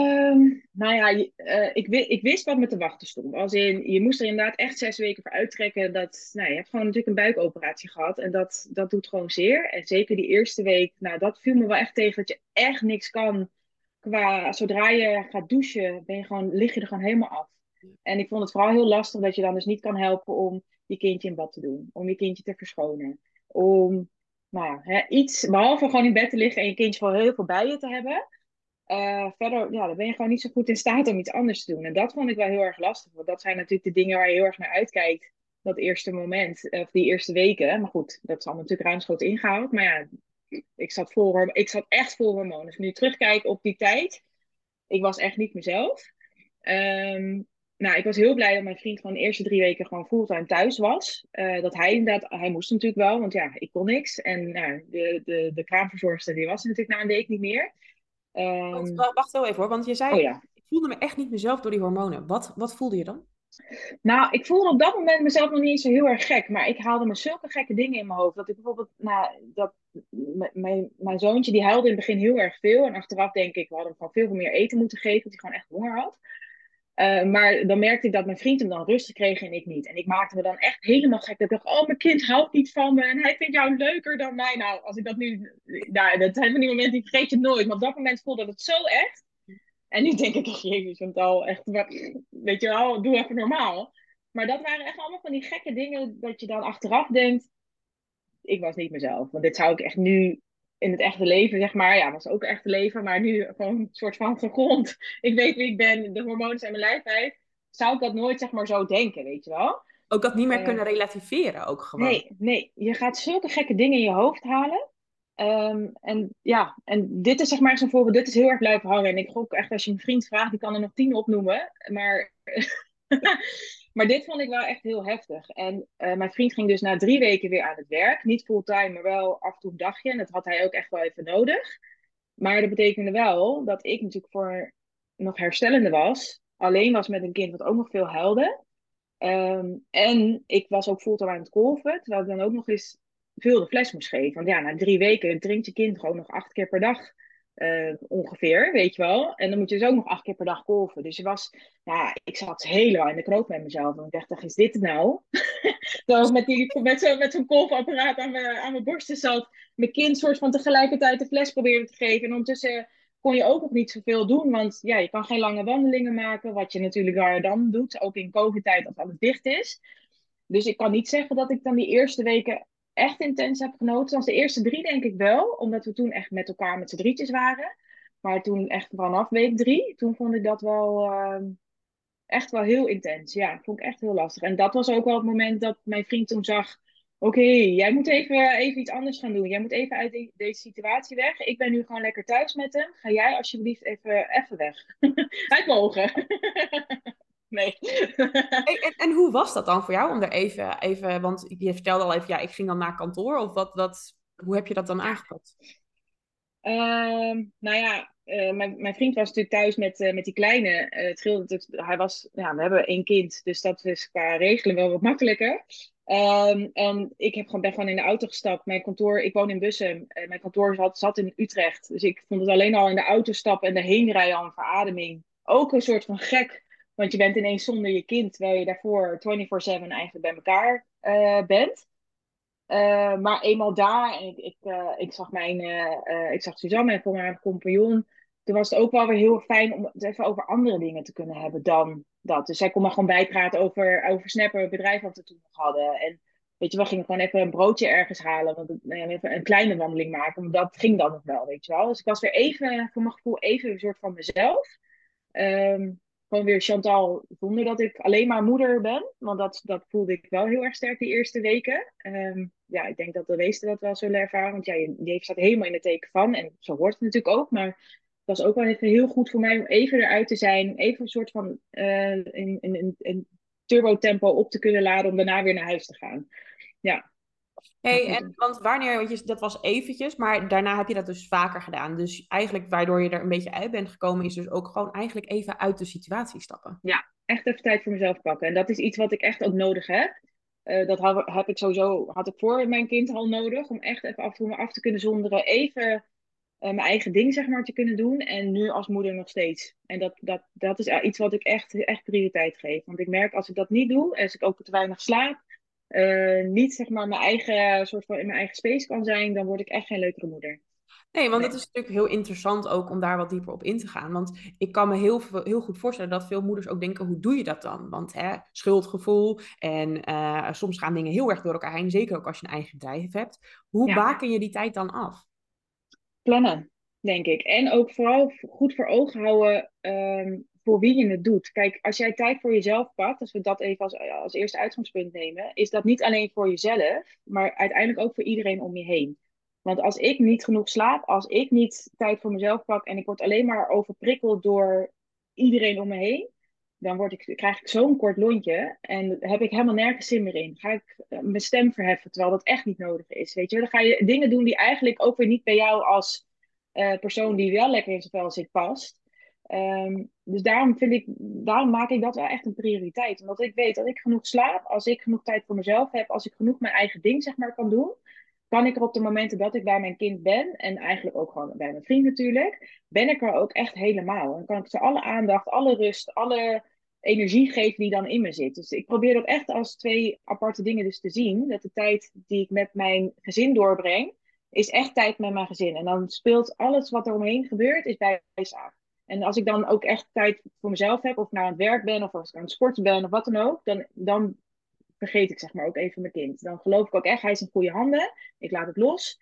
Nou ja, ik wist wat me te wachten stond. Als in, je moest er inderdaad echt 6 weken voor uittrekken. Nou, je hebt gewoon natuurlijk een buikoperatie gehad. En dat doet gewoon zeer. En zeker die eerste week, nou, dat viel me wel echt tegen. Dat je echt niks kan. Zodra je gaat douchen, lig je er gewoon helemaal af. En ik vond het vooral heel lastig dat je dan dus niet kan helpen om je kindje in bad te doen. Om je kindje te verschonen. Om, nou, iets, behalve gewoon in bed te liggen en je kindje wel heel veel bij je te hebben. Verder, ja, dan ben je gewoon niet zo goed in staat om iets anders te doen. En dat vond ik wel heel erg lastig. Want dat zijn natuurlijk de dingen waar je heel erg naar uitkijkt. Dat eerste moment, of die eerste weken. Maar goed, dat is allemaal natuurlijk ruimschoots ingehaald. Maar ja, ik zat echt vol hormonen. Dus nu ik terugkijk op die tijd, ik was echt niet mezelf. Ehm, nou, ik was heel blij dat mijn vriend gewoon de eerste 3 weken gewoon fulltime thuis was. Dat hij inderdaad, hij moest natuurlijk wel, want ja, ik kon niks. En nou, de kraamverzorgster die was er natuurlijk na een week niet meer.
Want,
Ehm,
wacht wel even hoor, want je
oh
zei,
ja.
ik voelde me echt niet mezelf door die hormonen. Wat voelde je dan?
Nou, ik voelde op dat moment mezelf nog niet eens zo heel erg gek. Maar ik haalde me zulke gekke dingen in mijn hoofd. Dat ik bijvoorbeeld, nou, mijn zoontje die huilde in het begin heel erg veel. En achteraf denk ik, we hadden hem gewoon veel meer eten moeten geven. Dat hij gewoon echt honger had. Maar dan merkte ik dat mijn vriend hem dan rustig kreeg en ik niet. En ik maakte me dan echt helemaal gek. Dat ik dacht, oh, mijn kind houdt niet van me. En hij vindt jou leuker dan mij. Nou, als ik dat nu... Nou, dat zijn van die momenten, die vergeet je nooit. Maar op dat moment voelde het zo echt. En nu denk ik, jezus, Chantal, echt, weet je wel, doe even normaal. Maar dat waren echt allemaal van die gekke dingen dat je dan achteraf denkt, ik was niet mezelf. Want dit zou ik echt nu in het echte leven, zeg maar, ja, was ook echte leven, maar nu gewoon een soort van gegrond. Ik weet wie ik ben, de hormonen zijn mijn lijf uit. Zou ik dat nooit, zeg maar, zo denken, weet je wel?
Ook dat niet meer
Uh,
kunnen relativeren ook gewoon.
nee, je gaat zulke gekke dingen in je hoofd halen. En ja, en dit is zeg maar zo'n voorbeeld, dit is heel erg blijven hangen. En ik gok echt, als je een vriend vraagt, die kan er nog 10 opnoemen. Maar Maar dit vond ik wel echt heel heftig. En mijn vriend ging dus na 3 weken weer aan het werk. Niet fulltime, maar wel af en toe een dagje. En dat had hij ook echt wel even nodig. Maar dat betekende wel dat ik natuurlijk voor nog herstellende was. Alleen was met een kind wat ook nog veel huilde. En ik was ook fulltime aan het kolven. Terwijl ik dan ook nog eens veel de fles moest geven. Want ja, na 3 weken drinkt je kind gewoon nog 8 keer per dag. Ongeveer, weet je wel. En dan moet je dus ook nog 8 keer per dag kolven. Dus ik zat helemaal in de knoop met mezelf. En ik dacht, is dit het nou? Terwijl ik met zo'n kolfapparaat aan mijn borsten zat. Mijn kind soort van tegelijkertijd de fles probeerde te geven. En ondertussen kon je ook nog niet zoveel doen. Want ja, je kan geen lange wandelingen maken. Wat je natuurlijk daar dan doet. Ook in COVID-tijd als alles dicht is. Dus ik kan niet zeggen dat ik dan die eerste weken echt intens heb genoten. Zoals de eerste 3 denk ik wel. Omdat we toen echt met elkaar met z'n drietjes waren. Maar toen echt vanaf week 3. Toen vond ik dat wel echt wel heel intens. Ja, vond ik echt heel lastig. En dat was ook wel het moment dat mijn vriend toen zag... Oké, jij moet even iets anders gaan doen. Jij moet even uit deze situatie weg. Ik ben nu gewoon lekker thuis met hem. Ga jij alsjeblieft even weg. Uit mijn ogen. Nee.
Hey, en hoe was dat dan voor jou om er even, want je vertelde al even, ja, ik ging dan naar kantoor, of hoe heb je dat dan aangepakt?
Nou ja, mijn vriend was natuurlijk thuis met die kleine. Het scheelde natuurlijk, we hebben 1 kind, dus dat is qua regelen wel wat makkelijker. En ben gewoon in de auto gestapt. Mijn kantoor, ik woon in Bussum. Mijn kantoor zat in Utrecht. Dus ik vond het alleen al in de auto stappen en de heenrijden al een verademing. Ook een soort van gek, want je bent ineens zonder je kind, terwijl je daarvoor 24/7 eigenlijk bij elkaar bent. Maar eenmaal daar, en ik zag Suzanne, mijn compagnon. Toen was het ook wel weer heel fijn om het even over andere dingen te kunnen hebben dan dat. Dus zij kon me gewoon bijpraten over Snapper, het bedrijf wat we toen nog hadden. En weet je, we gingen gewoon even een broodje ergens halen, even een kleine wandeling maken. Want dat ging dan nog wel, weet je wel. Dus ik was weer even, voor mijn gevoel, even een soort van mezelf. Ehm, Gewoon weer Chantal, zonder dat ik alleen maar moeder ben. Want dat voelde ik wel heel erg sterk die eerste weken. Ja, ik denk dat de meesten dat wel zullen ervaren. Want ja, je leven staat helemaal in het teken van. En zo hoort het natuurlijk ook. Maar het was ook wel even heel goed voor mij om even eruit te zijn. Even een soort van in turbo-tempo op te kunnen laden. Om daarna weer naar huis te gaan. Ja.
Want dat was eventjes, maar daarna heb je dat dus vaker gedaan. Dus eigenlijk waardoor je er een beetje uit bent gekomen, is dus ook gewoon eigenlijk even uit de situatie stappen.
Ja, echt even tijd voor mezelf pakken. En dat is iets wat ik echt ook nodig heb. Heb ik sowieso, had ik voor mijn kind al nodig. Om echt even af en toe me af te kunnen zonderen. Even mijn eigen ding, zeg maar, te kunnen doen. En nu als moeder nog steeds. En dat is iets wat ik echt prioriteit geef. Want ik merk als ik dat niet doe, als ik ook te weinig slaap. Niet, zeg maar, mijn eigen, soort van in mijn eigen space kan zijn. Dan word ik echt geen leukere moeder.
Nee, want het
Nee.
is natuurlijk heel interessant ook om daar wat dieper op in te gaan. Want ik kan me heel goed voorstellen dat veel moeders ook denken, hoe doe je dat dan? Want schuldgevoel en soms gaan dingen heel erg door elkaar heen. Zeker ook als je een eigen bedrijf hebt. Hoe
Ja.
baken je die tijd dan af?
Plannen, denk ik. En ook vooral goed voor ogen houden voor wie je het doet. Kijk, als jij tijd voor jezelf pakt, als we dat even als eerste uitgangspunt nemen, is dat niet alleen voor jezelf, maar uiteindelijk ook voor iedereen om je heen. Want als ik niet genoeg slaap, als ik niet tijd voor mezelf pak en ik word alleen maar overprikkeld door iedereen om me heen, dan krijg ik zo'n kort lontje en heb ik helemaal nergens zin meer in. Ga ik mijn stem verheffen, terwijl dat echt niet nodig is. Weet je? Dan ga je dingen doen die eigenlijk ook weer niet bij jou als persoon die wel lekker in zijn vel zit past. Dus daarom maak ik dat wel echt een prioriteit. Omdat ik weet dat ik genoeg slaap, als ik genoeg tijd voor mezelf heb, als ik genoeg mijn eigen ding zeg maar kan doen, kan ik er op de momenten dat ik bij mijn kind ben, en eigenlijk ook gewoon bij mijn vriend natuurlijk, ben ik er ook echt helemaal. En kan ik ze alle aandacht, alle rust, alle energie geven die dan in me zit. Dus ik probeer dat echt als 2 aparte dingen dus te zien. Dat de tijd die ik met mijn gezin doorbreng, is echt tijd met mijn gezin. En dan speelt alles wat er omheen gebeurt, is bijzaak. En als ik dan ook echt tijd voor mezelf heb, of ik nou aan het werk ben, of als ik aan het sporten ben, of wat dan ook, dan vergeet ik zeg maar ook even mijn kind. Dan geloof ik ook echt, hij is in goede handen. Ik laat het los.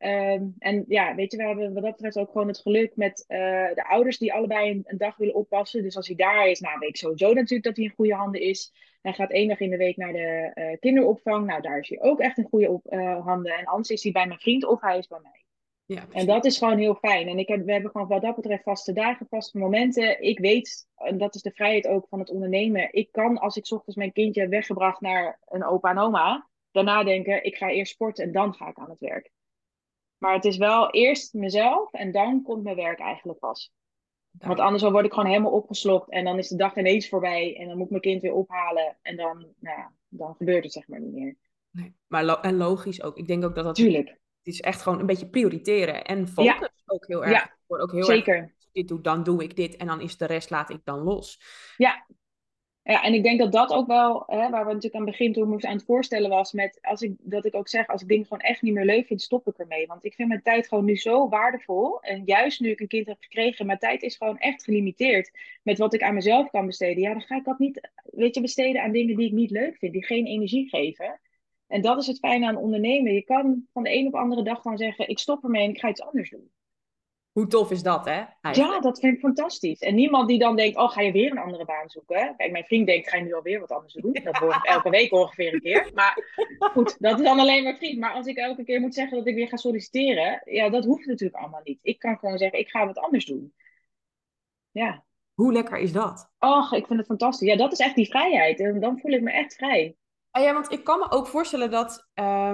En ja, weet je, we hebben wat dat betreft ook gewoon het geluk met de ouders die allebei een dag willen oppassen. Dus als hij daar is, nou weet ik sowieso natuurlijk dat hij in goede handen is. Hij gaat 1 dag in de week naar de kinderopvang. Nou, daar is hij ook echt in goede handen. En anders is hij bij mijn vriend of hij is bij mij.
Ja,
En
precies.
dat is gewoon heel fijn. En we hebben gewoon wat dat betreft vaste dagen, vaste momenten. Ik weet, en dat is de vrijheid ook van het ondernemen. Ik kan, als ik 's ochtends mijn kindje heb weggebracht naar een opa en oma, daarna denken, ik ga eerst sporten en dan ga ik aan het werk. Maar het is wel eerst mezelf en dan komt mijn werk eigenlijk pas. Want
Duidelijk.
anders dan word ik gewoon helemaal opgeslokt en dan is de dag ineens voorbij en dan moet ik mijn kind weer ophalen en dan, nou ja, dan gebeurt het zeg maar niet meer.
Nee. Maar en logisch ook. Ik denk ook dat het
Tuurlijk.
is echt gewoon een beetje prioriteren en
Ja,
focus ook heel erg.
ja,
Ik word ook heel erg,
zeker.
als ik dit doe, dan doe ik dit en dan is de rest laat ik dan los.
Ja, ja, en ik denk dat dat ook wel, waar we natuurlijk aan het begin toen moesten aan het voorstellen was, met dat ik ook zeg, als ik dingen gewoon echt niet meer leuk vind, stop ik ermee. Want ik vind mijn tijd gewoon nu zo waardevol. En juist nu ik een kind heb gekregen, mijn tijd is gewoon echt gelimiteerd met wat ik aan mezelf kan besteden. Ja, dan ga ik dat niet, weet je, besteden aan dingen die ik niet leuk vind, die geen energie geven. En dat is het fijne aan ondernemen. Je kan van de een op de andere dag gewoon zeggen, ik stop ermee en ik ga iets anders doen.
Hoe tof is dat, hè?
Ja,
Eigenlijk.
dat vind ik fantastisch. En niemand die dan denkt, oh, ga je weer een andere baan zoeken? Kijk, mijn vriend denkt, ga je nu alweer wat anders doen? Dat hoor ik elke week ongeveer een keer. Maar goed, dat is dan alleen maar vriend. Maar als ik elke keer moet zeggen dat ik weer ga solliciteren, ja, dat hoeft natuurlijk allemaal niet. Ik kan gewoon zeggen, ik ga wat anders doen. Ja.
Hoe lekker is dat?
Och, ik vind het fantastisch. Ja, dat is echt die vrijheid. En dan voel ik me echt vrij.
Ah ja, want ik kan me ook voorstellen dat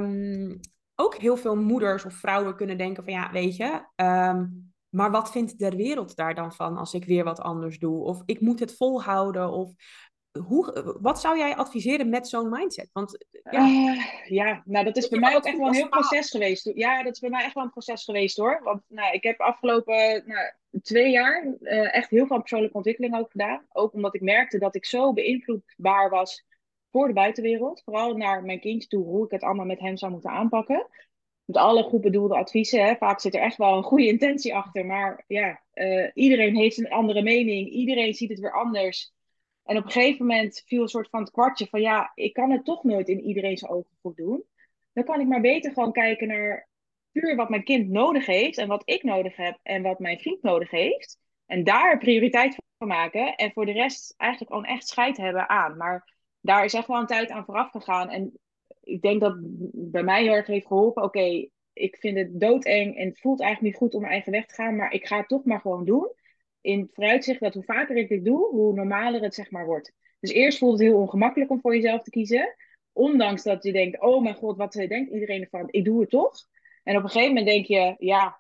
ook heel veel moeders of vrouwen kunnen denken van ja, weet je, maar wat vindt de wereld daar dan van als ik weer wat anders doe? Of ik moet het volhouden? Of wat zou jij adviseren met zo'n mindset? Want ja,
Ja, nou dat is
weet
bij
je,
mij
want
ook
het
echt
voelt
wel een
als
heel
faal.
proces geweest. Ja, dat is bij mij echt wel een proces geweest hoor. Want nou, ik heb afgelopen 2 jaar echt heel veel persoonlijke ontwikkeling ook gedaan. Ook omdat ik merkte dat ik zo beïnvloedbaar was voor de buitenwereld. Vooral naar mijn kindje toe, hoe ik het allemaal met hem zou moeten aanpakken. Met alle goed bedoelde adviezen. Hè. Vaak zit er echt wel een goede intentie achter. Maar ja, iedereen heeft een andere mening. Iedereen ziet het weer anders. En op een gegeven moment viel een soort van het kwartje van ja, ik kan het toch nooit in iedereen zijn ogen goed doen. Dan kan ik maar beter gewoon kijken naar puur wat mijn kind nodig heeft en wat ik nodig heb en wat mijn vriend nodig heeft. En daar prioriteit van maken en voor de rest eigenlijk gewoon echt scheid hebben aan. Maar daar is echt wel een tijd aan vooraf gegaan. En ik denk dat bij mij heel erg heeft geholpen. Oké, ik vind het doodeng en het voelt eigenlijk niet goed om mijn eigen weg te gaan, maar ik ga het toch maar gewoon doen in het vooruitzicht dat hoe vaker ik dit doe, hoe normaler het zeg maar wordt. Dus eerst voelt het heel ongemakkelijk om voor jezelf te kiezen. Ondanks dat je denkt, oh mijn god, wat denkt iedereen ervan? Ik doe het toch. En op een gegeven moment denk je, ja,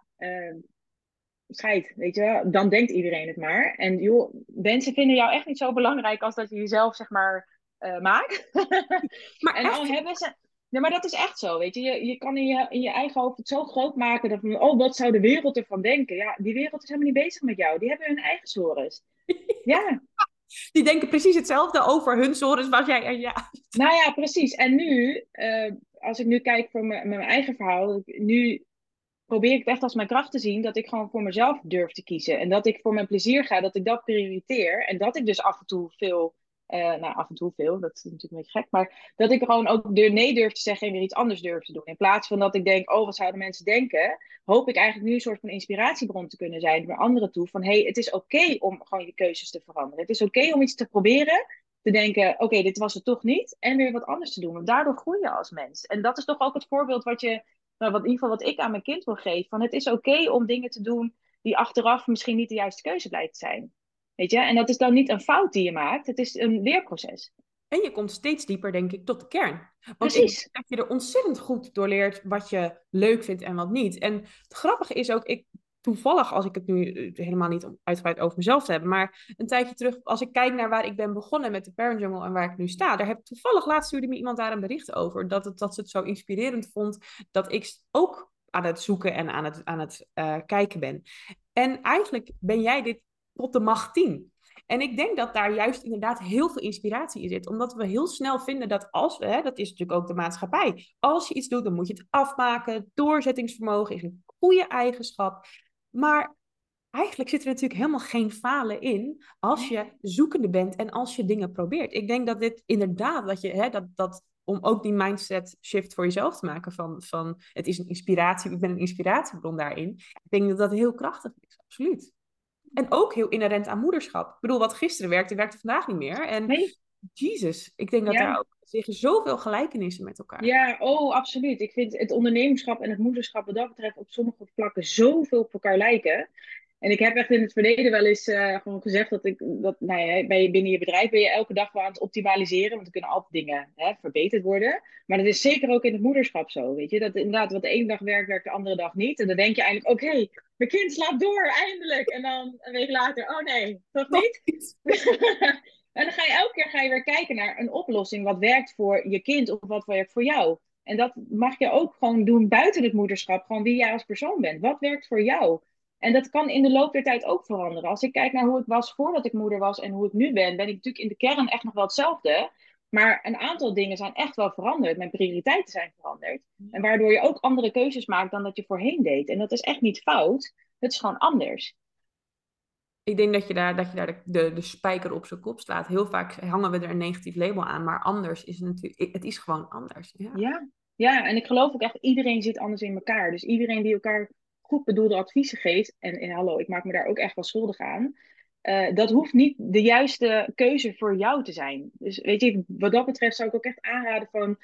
scheid, weet je wel. Dan denkt iedereen het maar. En joh, mensen vinden jou echt niet zo belangrijk als dat je jezelf zeg maar maakt.
Maar
En al
echt,
hebben ze... Nee, maar dat is echt zo, weet je. Je kan in je eigen hoofd het zo groot maken dat van, oh, wat zou de wereld ervan denken? Ja, die wereld is helemaal niet bezig met jou. Die hebben hun eigen sores. Ja,
die denken precies hetzelfde over hun sores als jij en ja.
nou ja, precies. En nu, als ik nu kijk voor mijn eigen verhaal, nu probeer ik het echt als mijn kracht te zien dat ik gewoon voor mezelf durf te kiezen. En dat ik voor mijn plezier ga, dat ik dat prioriteer. En dat ik dus af en toe veel, nou af en toe veel, dat is natuurlijk een beetje gek, maar dat ik gewoon ook nee durf te zeggen en weer iets anders durf te doen. In plaats van dat ik denk, oh wat zouden mensen denken, hoop ik eigenlijk nu een soort van inspiratiebron te kunnen zijn naar anderen toe. Van hey, het is oké om gewoon je keuzes te veranderen. Het is oké om iets te proberen. Te denken, oké, dit was het toch niet. En weer wat anders te doen. Want daardoor groei je als mens. En dat is toch ook het voorbeeld wat je nou, in ieder geval wat ik aan mijn kind wil geven. Van het is oké om dingen te doen die achteraf misschien niet de juiste keuze blijkt te zijn. Weet je? En dat is dan niet een fout die je maakt. Het is een leerproces.
En je komt steeds dieper, denk ik, tot de kern. Want ik denk
Precies.
dat je er ontzettend goed door leert wat je leuk vindt en wat niet. En het grappige is ook, toevallig, als ik het nu helemaal niet om uitgebreid over mezelf te hebben, maar een tijdje terug, als ik kijk naar waar ik ben begonnen met de Parent Jungle en waar ik nu sta, daar heb toevallig laatst stuurde me iemand daar een bericht over, dat ze het zo inspirerend vond dat ik ook aan het zoeken en aan het kijken ben. En eigenlijk ben jij dit tot de macht 10. En ik denk dat daar juist inderdaad heel veel inspiratie in zit. Omdat we heel snel vinden dat als we, hè, dat is natuurlijk ook de maatschappij, als je iets doet, dan moet je het afmaken. Doorzettingsvermogen is een goede eigenschap. Maar eigenlijk zit er natuurlijk helemaal geen falen in als je zoekende bent en als je dingen probeert. Ik denk dat dit inderdaad, dat je, hè, om ook die mindset shift voor jezelf te maken van het is een inspiratie, ik ben een inspiratiebron daarin. Ik denk dat dat heel krachtig is, absoluut. En ook heel inherent aan moederschap. Ik bedoel, wat gisteren werkte, werkte vandaag niet meer. En
Nee?
Jezus, ik denk dat
Ja.
daar ook liggen zoveel gelijkenissen met elkaar.
Ja, oh, absoluut. Ik vind het ondernemerschap en het moederschap wat dat betreft op sommige vlakken zoveel op elkaar lijken. En ik heb echt in het verleden wel eens gewoon gezegd nou ja, binnen je bedrijf ben je elke dag wel aan het optimaliseren. Want er kunnen altijd dingen verbeterd worden. Maar dat is zeker ook in het moederschap zo. Weet je, dat inderdaad wat de ene dag werkt, werkt de andere dag niet. En dan denk je eigenlijk, oké, mijn kind slaapt door, eindelijk. En dan een week later, oh nee, toch niet? En dan ga je elke keer weer kijken naar een oplossing wat werkt voor je kind of wat werkt voor jou. En dat mag je ook gewoon doen buiten het moederschap, gewoon wie jij als persoon bent. Wat werkt voor jou? En dat kan in de loop der tijd ook veranderen. Als ik kijk naar hoe ik was voordat ik moeder was en hoe ik nu ben, ben ik natuurlijk in de kern echt nog wel hetzelfde. Maar een aantal dingen zijn echt wel veranderd. Mijn prioriteiten zijn veranderd. En waardoor je ook andere keuzes maakt dan dat je voorheen deed. En dat is echt niet fout. Het is gewoon anders.
Ik denk dat je daar de spijker op zijn kop slaat. Heel vaak hangen we er een negatief label aan, maar anders is het natuurlijk, het is gewoon anders. Ja.
Ja, ja, en ik geloof ook echt, iedereen zit anders in elkaar. Dus iedereen die elkaar goed bedoelde adviezen geeft, en hallo, ik maak me daar ook echt wel schuldig aan, dat hoeft niet de juiste keuze voor jou te zijn. Dus weet je, wat dat betreft zou ik ook echt aanraden van,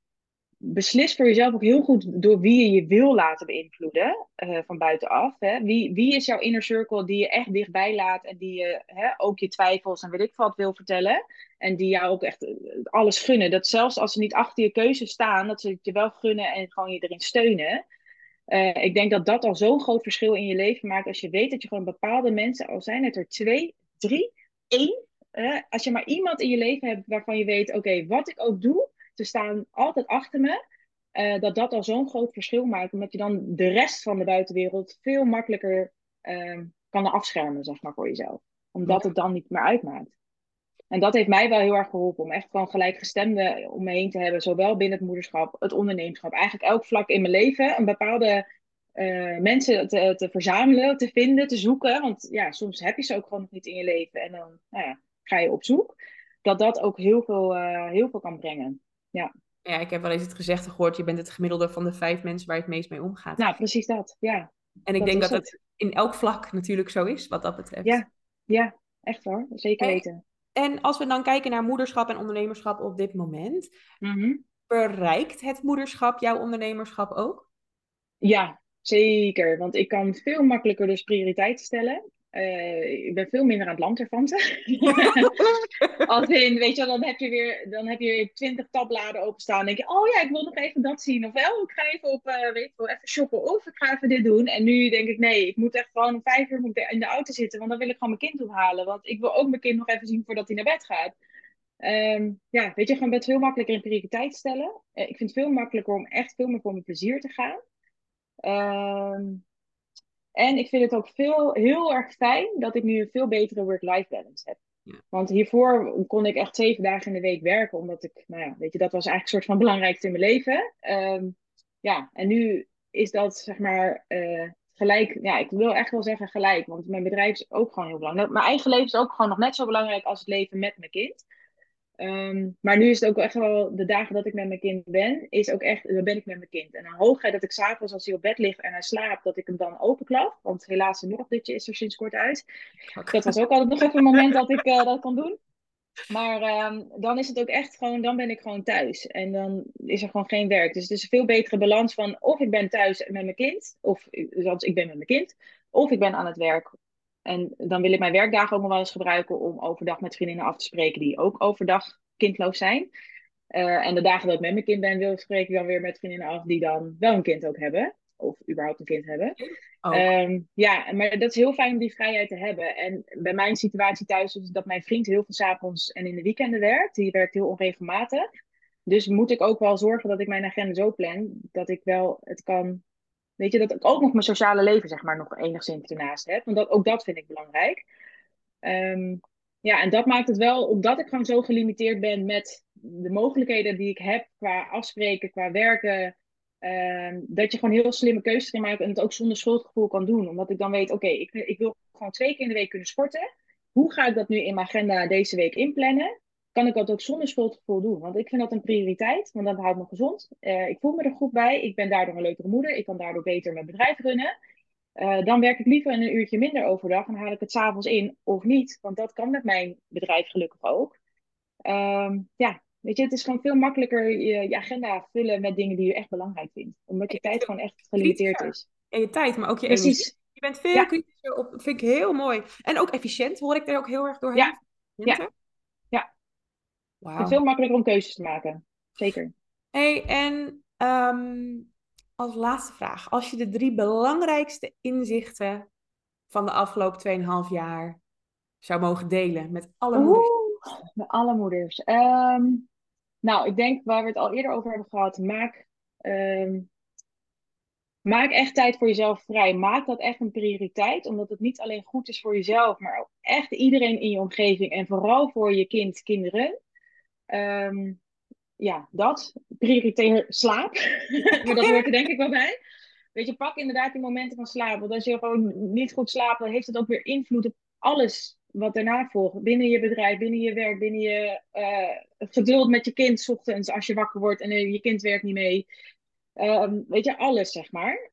beslis voor jezelf ook heel goed door wie je je wil laten beïnvloeden van buitenaf. Hè? Wie is jouw inner circle die je echt dichtbij laat en die je ook je twijfels en weet ik wat wil vertellen. En die jou ook echt alles gunnen. Dat zelfs als ze niet achter je keuze staan, dat ze het je wel gunnen en gewoon je erin steunen. Ik denk dat dat al zo'n groot verschil in je leven maakt als je weet dat je gewoon bepaalde mensen, al zijn het er 2, 3, 1. Als je maar iemand in je leven hebt waarvan je weet, oké, wat ik ook doe, ze staan altijd achter me. Dat al zo'n groot verschil maakt. Omdat je dan de rest van de buitenwereld veel makkelijker kan afschermen, zeg maar, voor jezelf. Omdat het dan niet meer uitmaakt. En dat heeft mij wel heel erg geholpen. Om echt gewoon gelijkgestemden om me heen te hebben. Zowel binnen het moederschap, het ondernemerschap. Eigenlijk elk vlak in mijn leven. Een bepaalde mensen te verzamelen, te vinden, te zoeken. Want ja, soms heb je ze ook gewoon nog niet in je leven. En dan nou ja, ga je op zoek. Dat ook heel veel kan brengen. Ja.
Ja, ik heb wel eens het gezegde gehoord, je bent het gemiddelde van de 5 mensen waar je het meest mee omgaat.
Nou, precies dat. Ja,
En ik
dat
denk
is
dat
het.
het in elk vlak natuurlijk zo is, wat dat betreft.
Ja, ja, echt hoor. Zeker
Hey,
weten.
en als we dan kijken naar moederschap en ondernemerschap op dit moment, bereikt het moederschap jouw ondernemerschap ook?
Ja, zeker. Want ik kan veel makkelijker dus prioriteiten stellen. Ik ben veel minder aan het lanterfanten. Als in, weet je wel, dan heb je weer 20 tabbladen openstaan. En denk je, oh ja, ik wil nog even dat zien. Of wel, ik ga even op, weet ik wel, even shoppen. Of ik ga even dit doen. En nu denk ik, nee, ik moet echt gewoon om 5 uur in de auto zitten. Want dan wil ik gewoon mijn kind ophalen. Want ik wil ook mijn kind nog even zien voordat hij naar bed gaat. Ja, weet je, gewoon best veel makkelijker in prioriteit stellen. Ik vind het veel makkelijker om echt veel meer voor mijn plezier te gaan. Ehm, en ik vind het ook heel erg fijn dat ik nu een veel betere work-life balance heb.
Ja.
Want hiervoor kon ik echt 7 dagen in de week werken, omdat ik, nou ja, weet je, dat was eigenlijk een soort van belangrijkste in mijn leven. Ja, en nu is dat, zeg maar, gelijk, ja, ik wil echt wel zeggen gelijk, want mijn bedrijf is ook gewoon heel belangrijk. Mijn eigen leven is ook gewoon nog net zo belangrijk als het leven met mijn kind. Maar nu is het ook echt wel, de dagen dat ik met mijn kind ben, is ook echt, dan ben ik met mijn kind. En dan hooguit dat ik s'avonds, als hij op bed ligt en hij slaapt, dat ik hem dan openklap. Want helaas een middagdutje is er sinds kort uit. Dat was ook altijd nog even een moment dat ik dat kon doen. Maar dan is het ook echt gewoon, dan ben ik gewoon thuis. En dan is er gewoon geen werk. Dus het is een veel betere balans van of ik ben thuis met mijn kind, of zoals ik ben met mijn kind, of ik ben aan het werk. En dan wil ik mijn werkdagen ook nog wel eens gebruiken om overdag met vriendinnen af te spreken die ook overdag kindloos zijn. En de dagen dat ik met mijn kind ben, spreek ik dan weer met vriendinnen af die dan wel een kind ook hebben. Of überhaupt een kind hebben. Ja, maar dat is heel fijn om die vrijheid te hebben. En bij mijn situatie thuis is dat mijn vriend heel veel 's avonds en in de weekenden werkt. Die werkt heel onregelmatig. Dus moet ik ook wel zorgen dat ik mijn agenda zo plan dat ik wel het kan. Weet je, dat ik ook nog mijn sociale leven, zeg maar, nog enigszins ernaast heb. Want ook dat vind ik belangrijk. Ja, en dat maakt het wel, omdat ik gewoon zo gelimiteerd ben met de mogelijkheden die ik heb qua afspreken, qua werken. Dat je gewoon heel slimme keuzes kan maken en het ook zonder schuldgevoel kan doen. Omdat ik dan weet, oké, ik wil gewoon 2 keer in de week kunnen sporten. Hoe ga ik dat nu in mijn agenda deze week inplannen? Kan ik dat ook zonder schuldgevoel doen? Want ik vind dat een prioriteit, want dat houdt me gezond. Ik voel me er goed bij. Ik ben daardoor een leukere moeder. Ik kan daardoor beter mijn bedrijf runnen. Dan werk ik liever een uurtje minder overdag en haal ik het 's avonds in of niet. Want dat kan met mijn bedrijf gelukkig ook. Weet je, het is gewoon veel makkelijker je agenda vullen met dingen die je echt belangrijk vindt. Omdat je tijd gewoon echt gelimiteerd is.
En je tijd, maar ook je energie.
Precies.
Je bent veel
Ja.
kritischer op, vind ik heel mooi. En ook efficiënt, hoor ik er ook heel erg doorheen.
Ja.
Wauw.
Het is veel makkelijker om keuzes te maken. Zeker.
Hey, en als laatste vraag. Als je de 3 belangrijkste inzichten van de afgelopen 2,5 jaar zou mogen delen met alle moeders.
Met alle moeders. Nou, ik denk waar we het al eerder over hebben gehad. Maak echt tijd voor jezelf vrij. Maak dat echt een prioriteit. Omdat het niet alleen goed is voor jezelf. Maar ook echt iedereen in je omgeving. En vooral voor je kinderen. Dat. Prioriteer slaap. Maar dat hoort er denk ik wel bij. Weet je, pak inderdaad die momenten van slaap. Want als je gewoon niet goed slaapt, dan heeft het ook weer invloed op alles wat daarna volgt. Binnen je bedrijf, binnen je werk, binnen je geduld met je kind 's ochtends als je wakker wordt en je kind werkt niet mee. Weet je, alles zeg maar.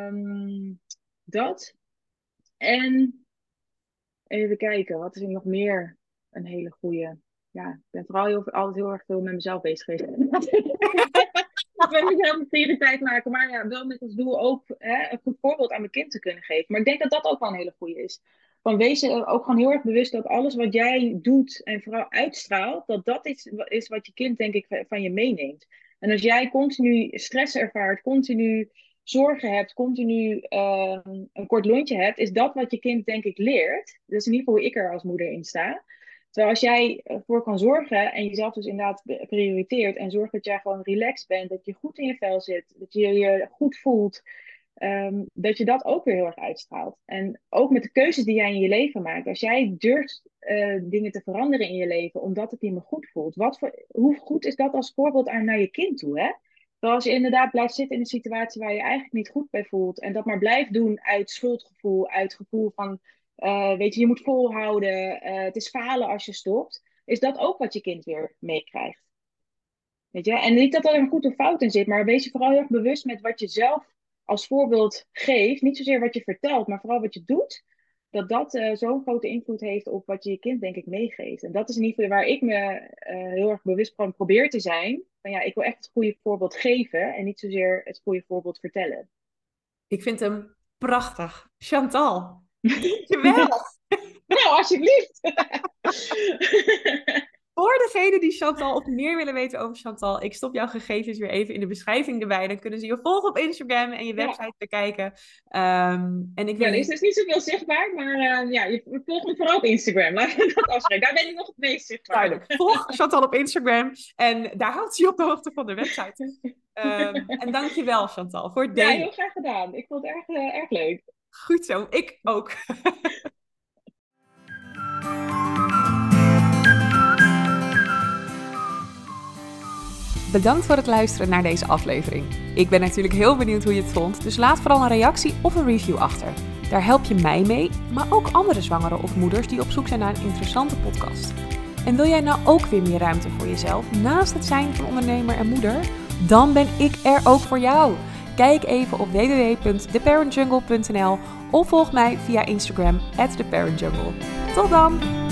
Dat. En even kijken, wat is er nog meer een hele goede? Ja, ik ben vooral altijd heel erg veel met mezelf bezig geweest. Ik wil niet helemaal prioriteit maken, maar ja, wel met als doel ook een goed voorbeeld aan mijn kind te kunnen geven. Maar ik denk dat dat ook wel een hele goede is. Van wees er ook gewoon heel erg bewust dat alles wat jij doet en vooral uitstraalt, dat is wat je kind denk ik van je meeneemt. En als jij continu stress ervaart, continu zorgen hebt, continu een kort lontje hebt, is dat wat je kind denk ik leert. Dat is in ieder geval hoe ik er als moeder in sta. Terwijl als jij ervoor kan zorgen en jezelf dus inderdaad prioriteert en zorgt dat jij gewoon relaxed bent, dat je goed in je vel zit, dat je je goed voelt, dat je dat ook weer heel erg uitstraalt. En ook met de keuzes die jij in je leven maakt. Als jij durft dingen te veranderen in je leven omdat het niet meer goed voelt. Hoe goed is dat als voorbeeld naar je kind toe, hè? Terwijl als je inderdaad blijft zitten in een situatie waar je eigenlijk niet goed bij voelt en dat maar blijft doen uit schuldgevoel, uit gevoel van weet je moet volhouden, het is falen als je stopt, is dat ook wat je kind weer meekrijgt. Weet je? En niet dat er een goed of fout in zit, maar wees je vooral heel erg bewust met wat je zelf als voorbeeld geeft. Niet zozeer wat je vertelt, maar vooral wat je doet. Dat zo'n grote invloed heeft op wat je kind denk ik meegeeft. En dat is in ieder geval waar ik me heel erg bewust van probeer te zijn. Van ja, ik wil echt het goede voorbeeld geven en niet zozeer het goede voorbeeld vertellen.
Ik vind hem prachtig. Chantal, dankjewel.
Nou, alsjeblieft.
Voor degenen die Chantal of meer willen weten over Chantal, ik stop jouw gegevens weer even in de beschrijving erbij. Dan kunnen ze je volgen op Instagram en je website bekijken.
Er is dus niet zoveel zichtbaar, maar je volgt me vooral op Instagram. Laten we dat afspreken. Daar ben ik nog het meest zichtbaar.
Duidelijk. Volg Chantal op Instagram en daar houdt ze je op de hoogte van de website. En dankjewel Chantal voor het delen.
Ja, heel graag gedaan. Ik vond het erg leuk.
Goed zo, ik ook.
Bedankt voor het luisteren naar deze aflevering. Ik ben natuurlijk heel benieuwd hoe je het vond, dus laat vooral een reactie of een review achter. Daar help je mij mee, maar ook andere zwangeren of moeders die op zoek zijn naar een interessante podcast. En wil jij nou ook weer meer ruimte voor jezelf, naast het zijn van ondernemer en moeder? Dan ben ik er ook voor jou. Kijk even op www.theparentjungle.nl of volg mij via Instagram @theparentjungle. Tot dan!